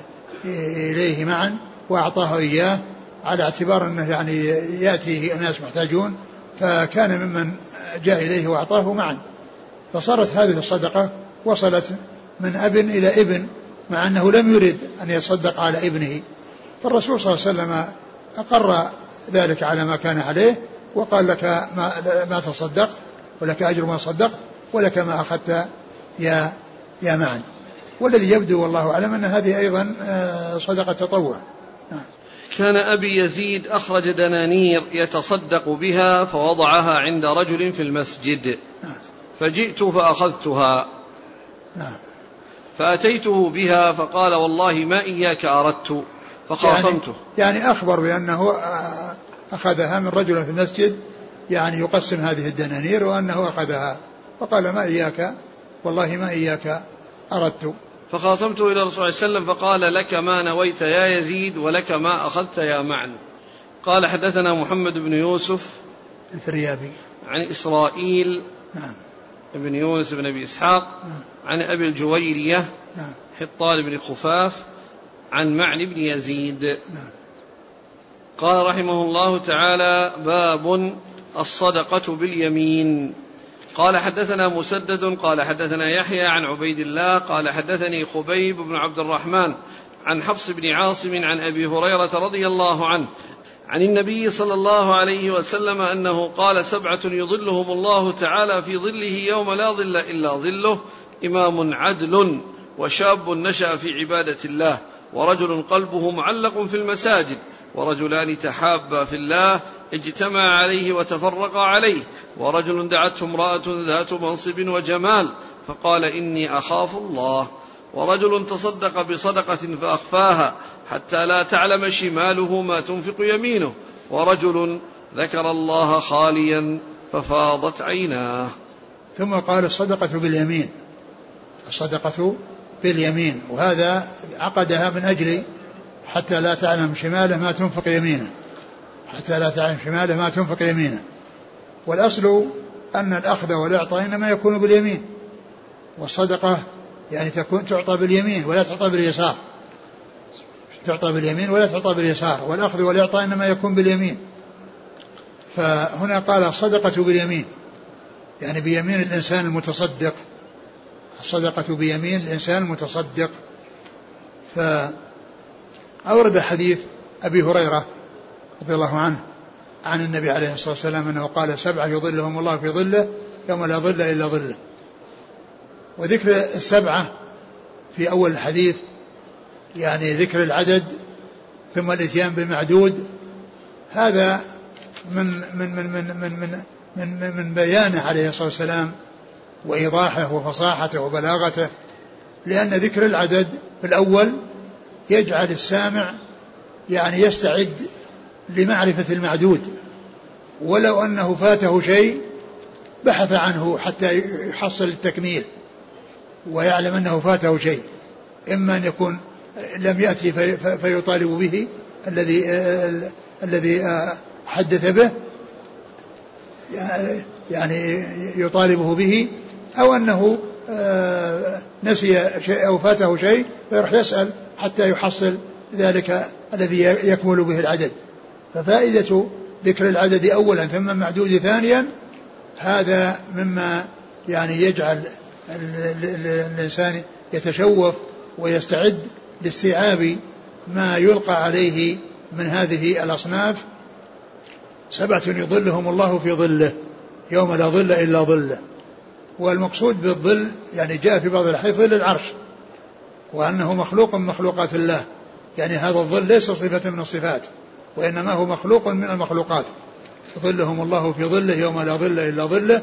إليه معا وأعطاه إياه على اعتبار أنه يعني يأتيه ناس محتاجون فكان ممن جاء إليه وأعطاه معا فصارت هذه الصدقة وصلت من أب إلى ابن مع أنه لم يرد أن يتصدق على ابنه فالرسول صلى الله عليه وسلم أقر ذلك على ما كان عليه وقال لك ما, ما تصدقت ولك أجر ما صدقت ولك ما أخذت يا يا معا. والذي يبدو والله أعلم أن هذه أيضا صدقة تطوع. كان أبي يزيد أخرج دنانير يتصدق بها فوضعها عند رجل في المسجد فجئت فأخذتها فأتيته بها فقال والله ما إياك أردت فخاصمته. يعني, يعني أخبر بأنه أخذها من رجل في المسجد يعني يقسم هذه الدنانير وأنه أخذها فقال ما إياك والله ما إياك أردت فخاصمته إلى الرسول صلى الله عليه وسلم فقال لك ما نويت يا يزيد ولك ما أخذت يا معن. قال حدثنا محمد بن يوسف الفريابي عن إسرائيل نعم ابن يونس بن أبي إسحاق نعم عن أبي الجويرية نعم حطال بن خفاف عن معن بن يزيد نعم. قال رحمه الله تعالى باب الصدقة باليمين. قال حدثنا مسدد قال حدثنا يحيى عن عبيد الله قال حدثني خبيب بن عبد الرحمن عن حفص بن عاصم عن أبي هريرة رضي الله عنه عن النبي صلى الله عليه وسلم أنه قال سبعة يظلهم الله تعالى في ظله يوم لا ظل إلا ظله إمام عدل وشاب نشأ في عبادة الله ورجل قلبه معلق في المساجد ورجلان تحابا في الله اجتمع عليه وتفرقا عليه ورجل دعته امرأة ذات منصب وجمال فقال إني أخاف الله ورجل تصدق بصدقة فأخفاها حتى لا تعلم شماله ما تنفق يمينه ورجل ذكر الله خاليا ففاضت عيناه. ثم قال الصدقة باليمين الصدقة باليمين وهذا عقدها من أجل حتى لا تعلم شماله ما تنفق يمينه حتى لا تعلم شماله ما تنفق يمينه. والأصل أن الأخذ والإعطاء إنما يكون باليمين والصدقة يعني تكون تعطى باليمين ولا تعطى باليسار تعطى باليمين ولا تعطى باليسار والأخذ والإعطاء إنما يكون باليمين. فهنا قال الصدقة باليمين يعني بيمين الإنسان المتصدق الصدقة بيمين الإنسان المتصدق. فأورد حديث أبي هريرة رضي الله عنه عن النبي عليه الصلاة والسلام أنه قال سبعة يظلهم الله في ظله يوم لا ظل إلا ظله. وذكر السبعة في أول الحديث يعني ذكر العدد ثم الاتيان بمعدود هذا من من من من من من, من, من بيانه عليه الصلاة والسلام وإيضاحه وفصاحته وبلاغته لأن ذكر العدد في الأول يجعل السامع يعني يستعد لمعرفة المعدود، ولو أنه فاته شيء بحث عنه حتى يحصل التكميل ويعلم أنه فاته شيء، إما أن يكون لم يأتي في فيطالب به الذي الذي حدث به يعني يطالبه به، أو أنه نسي شيء أو فاته شيء فيروح يسأل حتى يحصل ذلك الذي يكمل به العدد. ففائدة ذكر العدد أولا ثم المعدود ثانيا هذا مما يعني يجعل الإنسان يتشوف ويستعد لاستيعاب ما يلقى عليه من هذه الأصناف. سبعة يظلهم الله في ظله يوم لا ظل إلا ظله. والمقصود بالظل يعني جاء في بعض الأحاديث ظل العرش، وأنه مخلوق من مخلوقات الله، يعني هذا الظل ليس صفة من الصفات وإنما هو مخلوق من المخلوقات. ظلهم الله في ظله يوم لا ظل إلا ظله.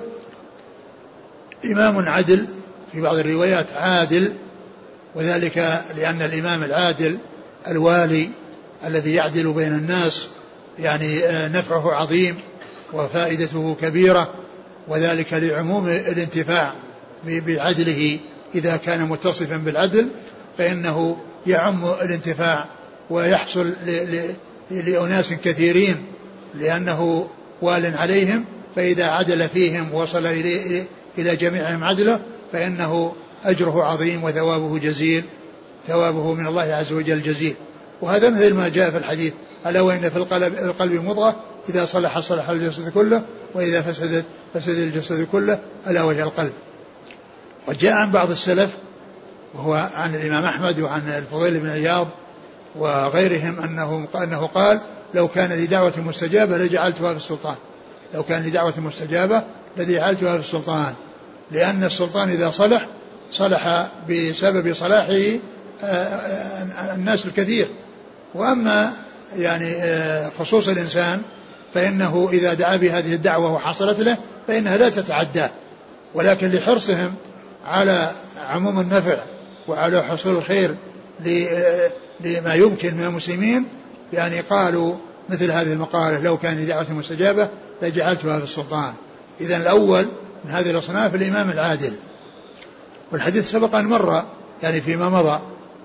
إمام عدل، في بعض الروايات عادل، وذلك لأن الإمام العادل الوالي الذي يعدل بين الناس يعني نفعه عظيم وفائدته كبيرة، وذلك لعموم الانتفاع بعدله. إذا كان متصفا بالعدل فإنه يعم الانتفاع ويحصل لأناس كثيرين لأنه وال عليهم، فإذا عدل فيهم وصل إلى جميعهم عدله فإنه أجره عظيم وثوابه جزيل، ثوابه من الله عز وجل جزيل. وهذا مثل ما جاء في الحديث: ألا وإن في القلب, القلب مضغة إذا صلح صلح الجسد كله وإذا فسدت فسد الجسد كله ألا وهي القلب. وجاء عن بعض السلف وهو عن الإمام أحمد وعن الفضيل بن عياض وغيرهم أنه, أنه قال: لو كان لدعوة مستجابة لجعلتها في السلطان، لو كان لدعوة مستجابة لجعلتها في السلطان، لأن السلطان إذا صلح صلح بسبب صلاحه الناس الكثير. وأما يعني خصوص الإنسان فإنه إذا دعا بهذه الدعوة وحصلت له فإنها لا تتعدى، ولكن لحرصهم على عموم النفع وعلى حصول الخير لما يمكن من المسلمين يعني قالوا مثل هذه المقالة: لو كان لدعوة مستجابة لجعلتها في السلطان. إذن الأول من هذه الأصناف الإمام العادل. والحديث سبق أن مر يعني فيما مضى: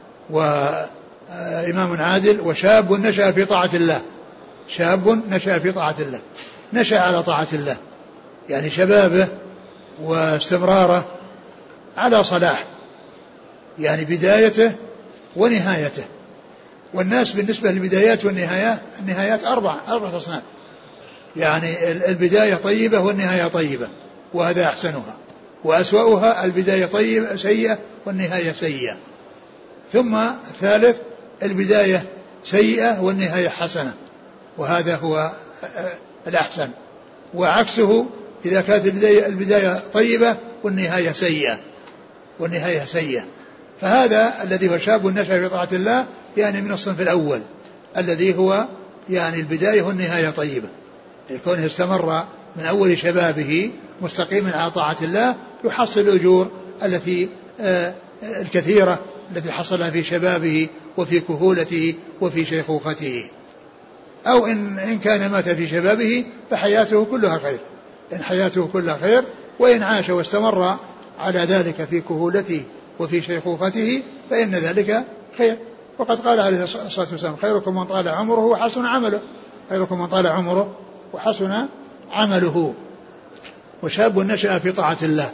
وإمام عادل وشاب نشأ في طاعة الله. شاب نشأ في طاعة الله، نشأ على طاعة الله، يعني شبابه واستمراره على صلاح، يعني بدايته ونهايته. والناس بالنسبة للبدايات والنهايات النهايات أربعة أربعة أصناف، يعني البداية طيبة والنهاية طيبة وهذا أحسنها، وأسوأها البداية طيبة سيئة والنهاية سيئة. ثم الثالث البداية سيئة والنهاية حسنة وهذا هو الأحسن. وعكسه إذا كانت البداية, البداية طيبة والنهاية سيئة والنهاية سيئة. فهذا الذي هو شاب نشأ في طاعة الله يعني من الصنف الأول الذي هو يعني البداية والنهاية طيبة، يكون استمر من أول شبابه مستقيما على طاعة الله يحصل الأجور التي آه الكثيرة التي حصلها في شبابه وفي كهولته وفي شيخوخته. أو إن, إن كان مات في شبابه فحياته كلها خير، إن حياته كلها خير، وإن عاش واستمر على ذلك في كهولته وفي شيخوخته فإن ذلك خير. وقد قال عليه الصلاة والسلام: خيركم من طال عمره وحسن عمله، خيركم من طال عمره وحسن عمله. وشاب نشأ في طاعة الله،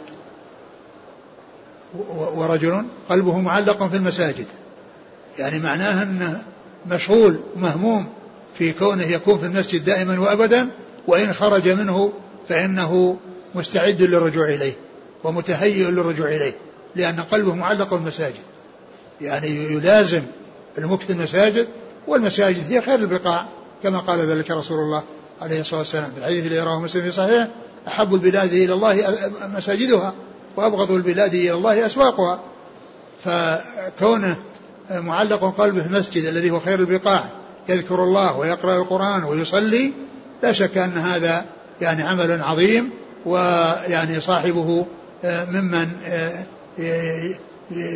ورجل قلبه معلق في المساجد، يعني معناها أنه مشغول مهموم في كونه يكون في المسجد دائما وأبدا، وإن خرج منه فإنه مستعد للرجوع إليه ومتهيئ للرجوع إليه، لأن قلبه معلق في المساجد، يعني يلازم المكث المساجد، والمساجد هي خير البقاع كما قال ذلك رسول الله عليه الصلاة والسلام في الحديث الذي رواه مسلم في صحيح: أحب البلاد إلى الله مساجدها وأبغض البلاد إلى الله أسواقها. فكونه معلق قلبه في المسجد الذي هو خير البقاع يذكر الله ويقرأ القرآن ويصلي، لا شك أن هذا يعني عمل عظيم، ويعني صاحبه ممن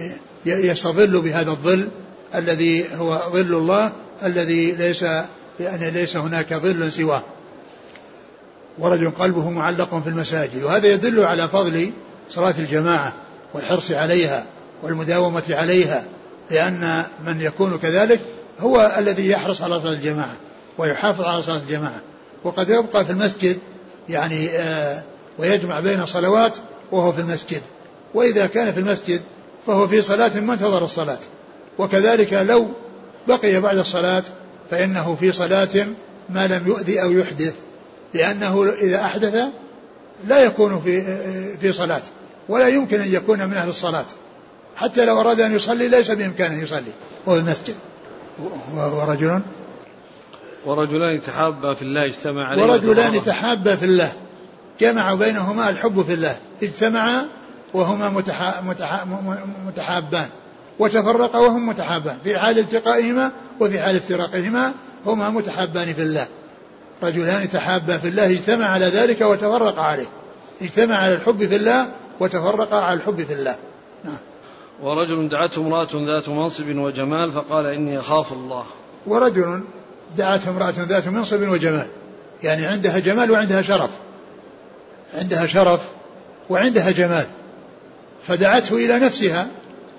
يستظل بهذا الظل الذي هو ظل الله الذي ليس يعني ليس هناك ظل سواه. ورجل قلبه معلق في المساجد. وهذا يدل على فضل صلاة الجماعة والحرص عليها والمداومة عليها، لأن من يكون كذلك هو الذي يحرص على صلاة الجماعة ويحافظ على صلاة الجماعة. وقد يبقى في المسجد يعني آه ويجمع بين صلوات وهو في المسجد، وإذا كان في المسجد فهو في صلاة ما انتظر الصلاة. وكذلك لو بقي بعد الصلاة فإنه في صلاة ما لم يؤذي أو يحدث، لأنه إذا أحدث لا يكون في في صلاة ولا يمكن أن يكون من أهل الصلاة، حتى لو أراد أن يصلي ليس بإمكانه يصلي وهو المسجد. ورجل ورجلان تحابا في الله اجتمع عليه ورجلان تحابا في الله جمع بينهما الحب في الله، اجتمعا وهما متحا متحا متحابان، وتفرقا وهم متحابان، في حال التقائهما وفي حال افتراقهما هما متحابان في الله. رجلان تحابا في الله اجتمع على ذلك وتفرق عليه، اجتمع على الحب في الله وتفرق على الحب في الله. نعم. ورجل دعته امرأة ذات منصب وجمال فقال إني أخاف الله. ورجل دعته امرأة ذات منصب وجمال، يعني عندها جمال وعندها شرف، عندها شرف وعندها جمال، فدعته إلى نفسها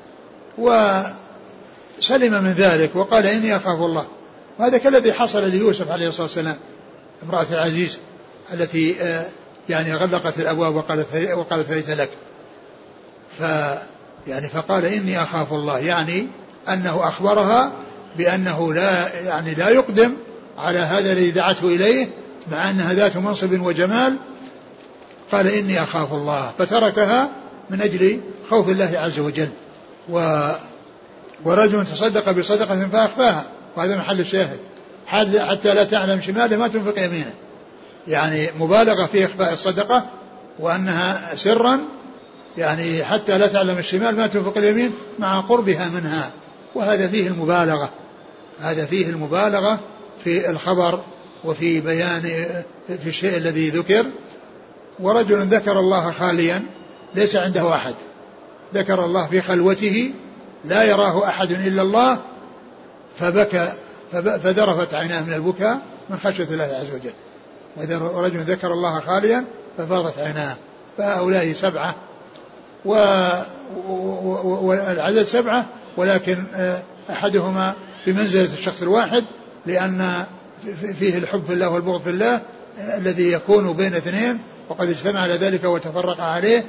وسلم من ذلك وقال إني أخاف الله. وهذا كالذي حصل ليوسف عليه الصلاة والسلام امرأة العزيز التي يعني غلقت الأبواب وقالت وقالت هيت لك، ف يعني فقال إني أخاف الله، يعني أنه أخبرها بأنه لا يعني لا يقدم على هذا الذي دعته إليه مع أنها ذات منصب وجمال. قال إني أخاف الله فتركها من أجل خوف الله عز وجل. و ورجل تصدق بصدقة فأخفاها، وهذا محل الشاهد، حتى لا تعلم شماله ما تنفق يمينه، يعني مبالغة في إخفاء الصدقة وأنها سرا، يعني حتى لا تعلم الشمال ما تنفق اليمين مع قربها منها، وهذا فيه المبالغة، هذا فيه المبالغة في الخبر وفي بيان في الشيء الذي ذكر. ورجل ذكر الله خاليا ليس عنده أحد، ذكر الله في خلوته لا يراه أحد إلا الله فبكى فذرفت عيناه من البكاء من خشية الله عز وجل. ورجل ذكر الله خاليا ففاضت عيناه. فهؤلاء سبعة والعدد سبعة، ولكن أحدهما بمنزلة الشخص الواحد، لأن فيه الحب في الله والبغض في الله الذي يكون بين اثنين، وقد اجتمع على ذلك وتفرق عليه،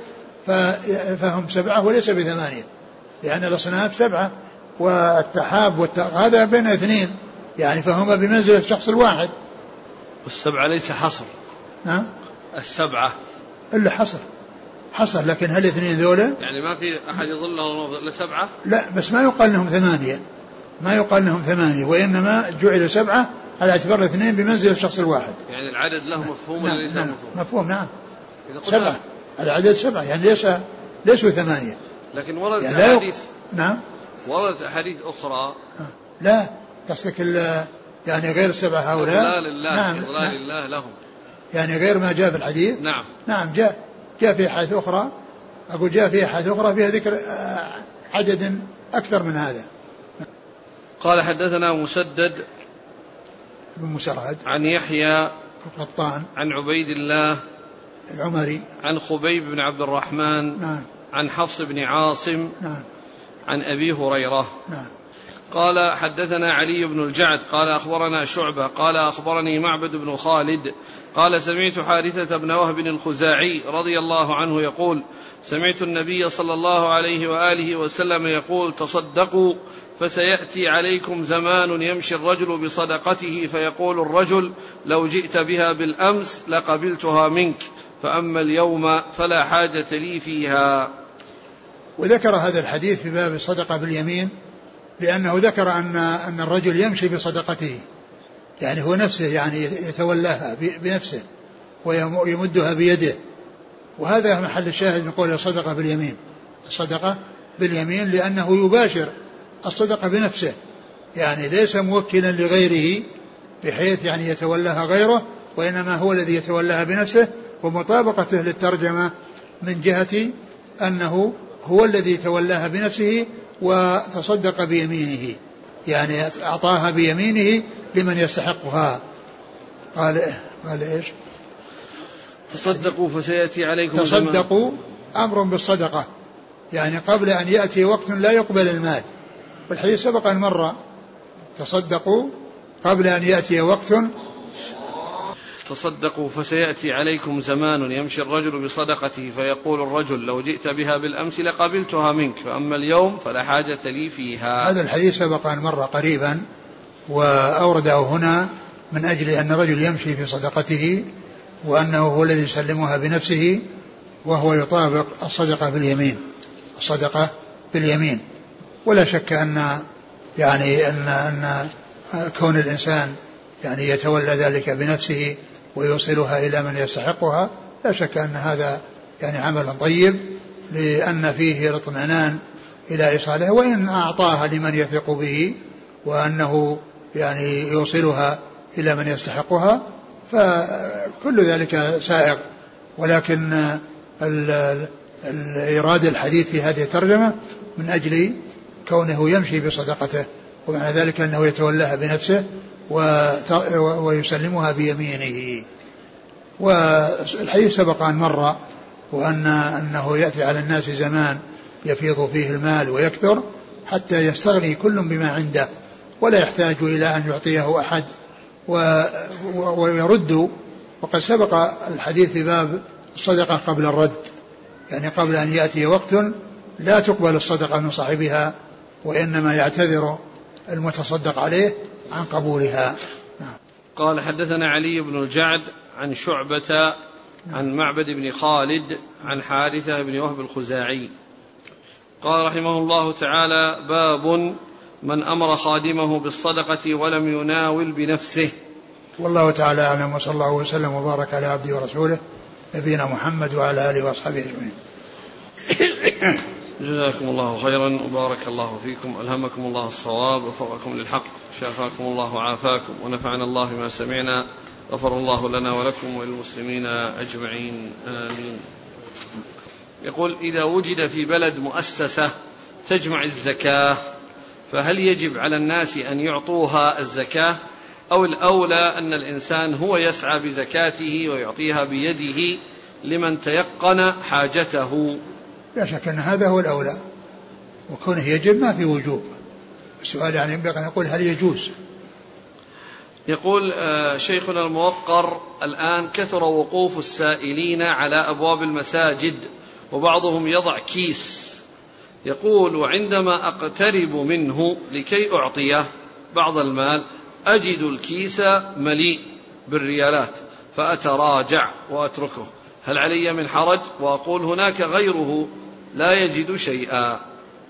فهم سبعة وليس بثمانية، لأن الأصناف سبعة والتحاب والتق... هذا بين اثنين، يعني فهما بمنزلة الشخص الواحد. والسبعة ليس حصر. نعم السبعة إلا حصر حصر، لكن هل اثنين ذولا يعني ما في أحد يظله إلا سبعة؟ لا، بس ما يقال لهم ثمانية، ما يقال لهم ثمانية، وإنما جعل سبعة على اعتبار الاثنين بمنزلة الشخص الواحد. يعني العدد له مفهوم ولا نعم ليس نعم مفهوم؟ مفهوم نعم. سبعة العدد سبعة، يعني ليس ليسوا ثمانية. لكن وردت يعني أحاديث يق... نعم وردت أحاديث أخرى. لا قصدك يعني غير السبعة هؤلاء. إضلال الله نعم إضلال نعم. الله لهم، يعني غير ما جاء في الحديث. نعم نعم جاء جاء في أحاديث أخرى، أقول جاء في أحاديث أخرى فيها ذكر عدد أكثر من هذا. قال حدثنا مسدد بن مسرهد عن يحيى القطان عن عبيد الله العمري عن خبيب بن عبد الرحمن نعم عن حفص بن عاصم نعم عن أبي هريرة نعم قال حدثنا علي بن الجعد قال أخبرنا شعبة قال أخبرني معبد بن خالد قال سمعت حارثة بن وهب الخزاعي رضي الله عنه يقول سمعت النبي صلى الله عليه وآله وسلم يقول تصدقوا فسيأتي عليكم زمان يمشي الرجل بصدقته فيقول الرجل لو جئت بها بالأمس لقبلتها منك فأما اليوم فلا حاجة لي فيها. وذكر هذا الحديث في باب الصدقة باليمين، لأنه ذكر أن أن الرجل يمشي بصدقته، يعني هو نفسه يعني يتولاها بنفسه ويمدها بيده، وهذا محل الشاهد من قول الصدقة باليمين، الصدقة باليمين لأنه يباشر الصدقة بنفسه، يعني ليس موكلا لغيره بحيث يعني يتولاها غيره، وإنما هو الذي يتولاها بنفسه، ومطابقته للترجمة من جهة أنه هو الذي تولاها بنفسه وتصدق بيمينه، يعني أعطاها بيمينه لمن يستحقها. قال قال إيش؟ تصدقوا فسيأتي عليكم تصدقوا أمر بالصدقة، يعني قبل أن يأتي وقت لا يقبل المال، والحديث سبق أن مر. تصدقوا قبل أن يأتي وقت. تصدقوا فسيأتي عليكم زمان يمشي الرجل بصدقته فيقول الرجل لو جئت بها بالأمس لقبلتها منك، فأما اليوم فلا حاجة لي فيها. هذا الحديث سبق أن مر قريبا، وأورده هنا من أجل أن الرجل يمشي في صدقته وأنه هو الذي يسلمها بنفسه، وهو يطابق الصدقة باليمين، الصدقة باليمين. ولا شك أن يعني أن أن كون الإنسان يعني يتولى ذلك بنفسه ويوصلها إلى من يستحقها، لا شك أن هذا يعني عمل طيب، لأن فيه الاطمئنان إلى إيصالها، وإن أعطاها لمن يثق به وأنه يعني يوصلها إلى من يستحقها فكل ذلك سائغ. ولكن الإيراد الحديث في هذه الترجمة من أجل كونه يمشي بصدقته، ومعنى ذلك أنه يتولاها بنفسه ويسلمها بيمينه. والحديث سبق أن مر، وأن أنه يأتي على الناس زمان يفيض فيه المال ويكثر حتى يستغني كل بما عنده ولا يحتاج إلى أن يعطيه أحد ويرد. وقد سبق الحديث في باب الصدقة قبل الرد، يعني قبل أن يأتي وقت لا تقبل الصدقة من صاحبها، وإنما يعتذر المتصدق عليه عن قبولها. قال حدثنا علي بن الجعد عن شعبة عن معبد بن خالد عن حارثة بن وهب الخزاعي قال رحمه الله تعالى: باب من أمر خادمه بالصدقة ولم يناول بنفسه. والله تعالى أعلم، وصلى الله وسلم وبارك على عبده ورسوله نبينا محمد وعلى آله وأصحابه أجمعين. جزاكم الله خيرا وبارك الله فيكم، ألهمكم الله الصواب ووفقكم للحق، شافاكم الله وعافاكم، ونفعنا الله بما سمعنا، غفر الله لنا ولكم وللمسلمين أجمعين، آمين. يقول: إذا وجد في بلد مؤسسة تجمع الزكاة فهل يجب على الناس أن يعطوها الزكاة، أو الأولى أن الإنسان هو يسعى بزكاته ويعطيها بيده لمن تيقن حاجته؟ لا شك أن هذا هو الأولى، وكونه يجب ما في وجوب. السؤال يعني ينبغي أن يقول هل يجوز. يقول شيخنا الموقر: الآن كثر وقوف السائلين على أبواب المساجد وبعضهم يضع كيس، يقول: وعندما أقترب منه لكي أعطيه بعض المال أجد الكيس مليء بالريالات فأتراجع وأتركه، هل علي من حرج؟ وأقول هناك غيره لا يجد شيئا.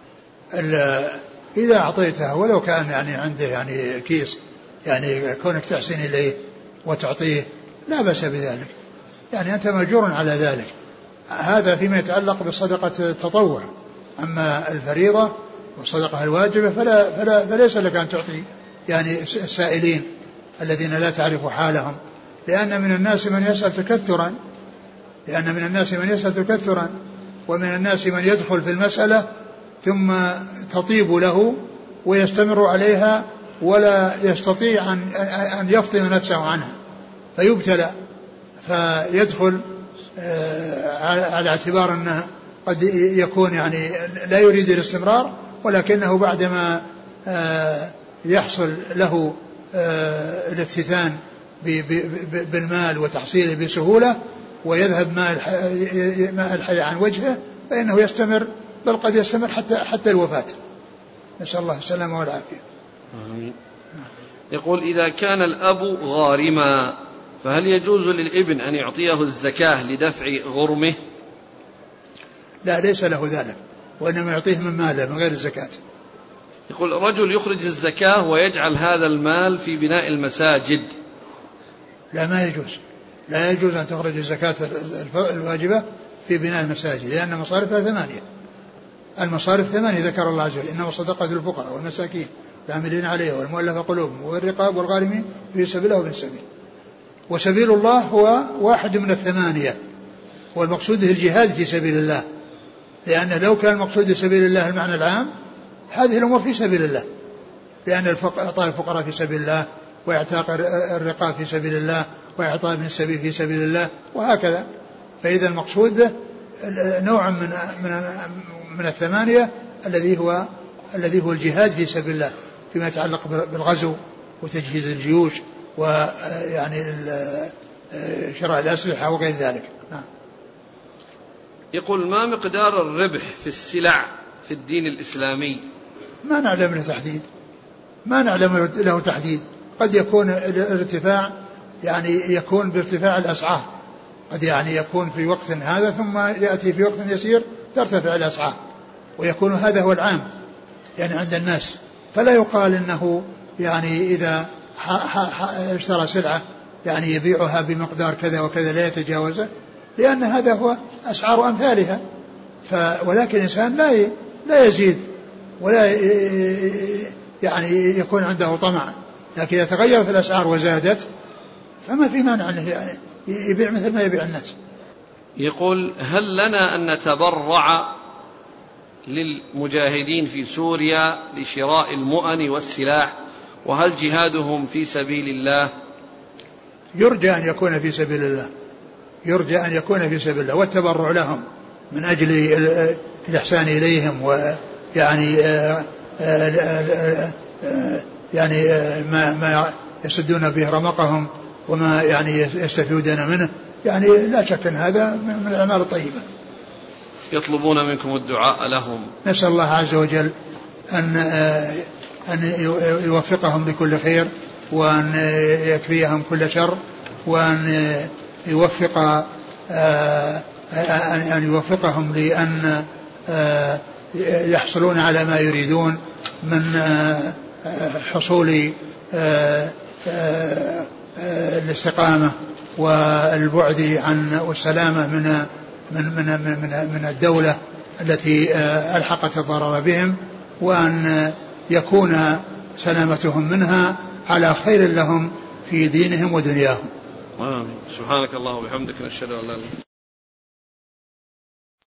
إذا أعطيته ولو كان يعني عنده يعني كيس، يعني كونك تحسن إليه وتعطيه لا بأس بذلك، يعني أنت مأجور على ذلك. هذا فيما يتعلق بصدقة التطوع. أما الفريضة والصدقة الواجبة فلا فلا فليس لك أن تعطي يعني السائلين الذين لا تعرف حالهم، لأن من الناس من يسأل تكثرا لأن من الناس من يسأل تكثرا ومن الناس من يدخل في المسألة ثم تطيب له ويستمر عليها ولا يستطيع أن أن يفطن نفسه عنها فيبتلى، فيدخل على اعتبار أنه قد يكون يعني لا يريد الاستمرار، ولكنه بعدما يحصل له الافتتان بالمال وتحصيله بسهولة ويذهب ماء الحياة عن وجهه فإنه يستمر، بل قد يستمر حتى حتى الوفاة، نسأل الله السلامة والعافية. آمين. يقول: إذا كان الأب غارما فهل يجوز للابن أن يعطيه الزكاة لدفع غرمه؟ لا، ليس له ذلك، وإنما يعطيه من ماله من غير الزكاة. يقول: رجل يخرج الزكاة ويجعل هذا المال في بناء المساجد. لا، ما يجوز، لا يجوز أن تخرج الزكاة الواجبة في بناء المساجد، لأن مصارفها ثمانية، المصارف ثمانية ذكر الله عز وجل: إنما صدقة الفقراء والمساكين العاملين عليها والمؤلفة قلوبهم والرقاب والغارمين في سبيل الله وابن السبيل. وسبيل الله هو واحد من الثمانية، والمقصود الجهاد في سبيل الله، لأن لو كان المقصود سبيل الله المعنى العام هذه الأمور في سبيل الله، لأن إعطاء الفقراء في سبيل الله، وإعتاق الرقاب في سبيل الله، وإعطاء ابن السبيل في سبيل الله، وهكذا. فإذا المقصود به نوع من من من الثمانية الذي هو الذي هو الجهاد في سبيل الله فيما يتعلق بالغزو وتجهيز الجيوش ويعني شراء الأسلحة وغير ذلك. نعم. يقول: ما مقدار الربح في السلع في الدين الإسلامي؟ ما نعلم له تحديد، ما نعلم له تحديد. قد يكون الارتفاع يعني يكون بارتفاع الأسعار، قد يعني يكون في وقت هذا ثم يأتي في وقت يسير ترتفع الأسعار، ويكون هذا هو العام يعني عند الناس. فلا يقال إنه يعني إذا اشترى سلعة يعني يبيعها بمقدار كذا وكذا لا يتجاوزه، لأن هذا هو أسعار أمثالها. ولكن الإنسان لا لا يزيد ولا يعني يكون عنده طمع، لكن إذا تغيرت الأسعار وزادت فما في مانع أنه يعني يبيع مثل ما يبيع الناس. يقول: هل لنا أن نتبرع للمجاهدين في سوريا لشراء المؤن والسلاح، وهل جهادهم في سبيل الله؟ يرجى أن يكون في سبيل الله، يرجى أن يكون في سبيل الله، والتبرع لهم من أجل الإحسان إليهم، ويعني يعني ما ما يسدون به رمقهم وما يعني يستفيدون منه، يعني لا شك أن هذا من الأعمال الطيبة. يطلبون منكم الدعاء لهم. نسأل الله عز وجل أن أن يوفقهم لكل خير، وأن يكفيهم كل شر، وأن يوفق أن يوفقهم لأن يحصلون على ما يريدون من حصول الاستقامة والبعد عن والسلامة من من من من من الدولة التي ألحقت الضرر بهم، وأن يكون سلامتهم منها على خير لهم في دينهم ودنياهم. آمين. سبحانك اللهم وبحمدك، نشهد أن لا إله إلا أنت.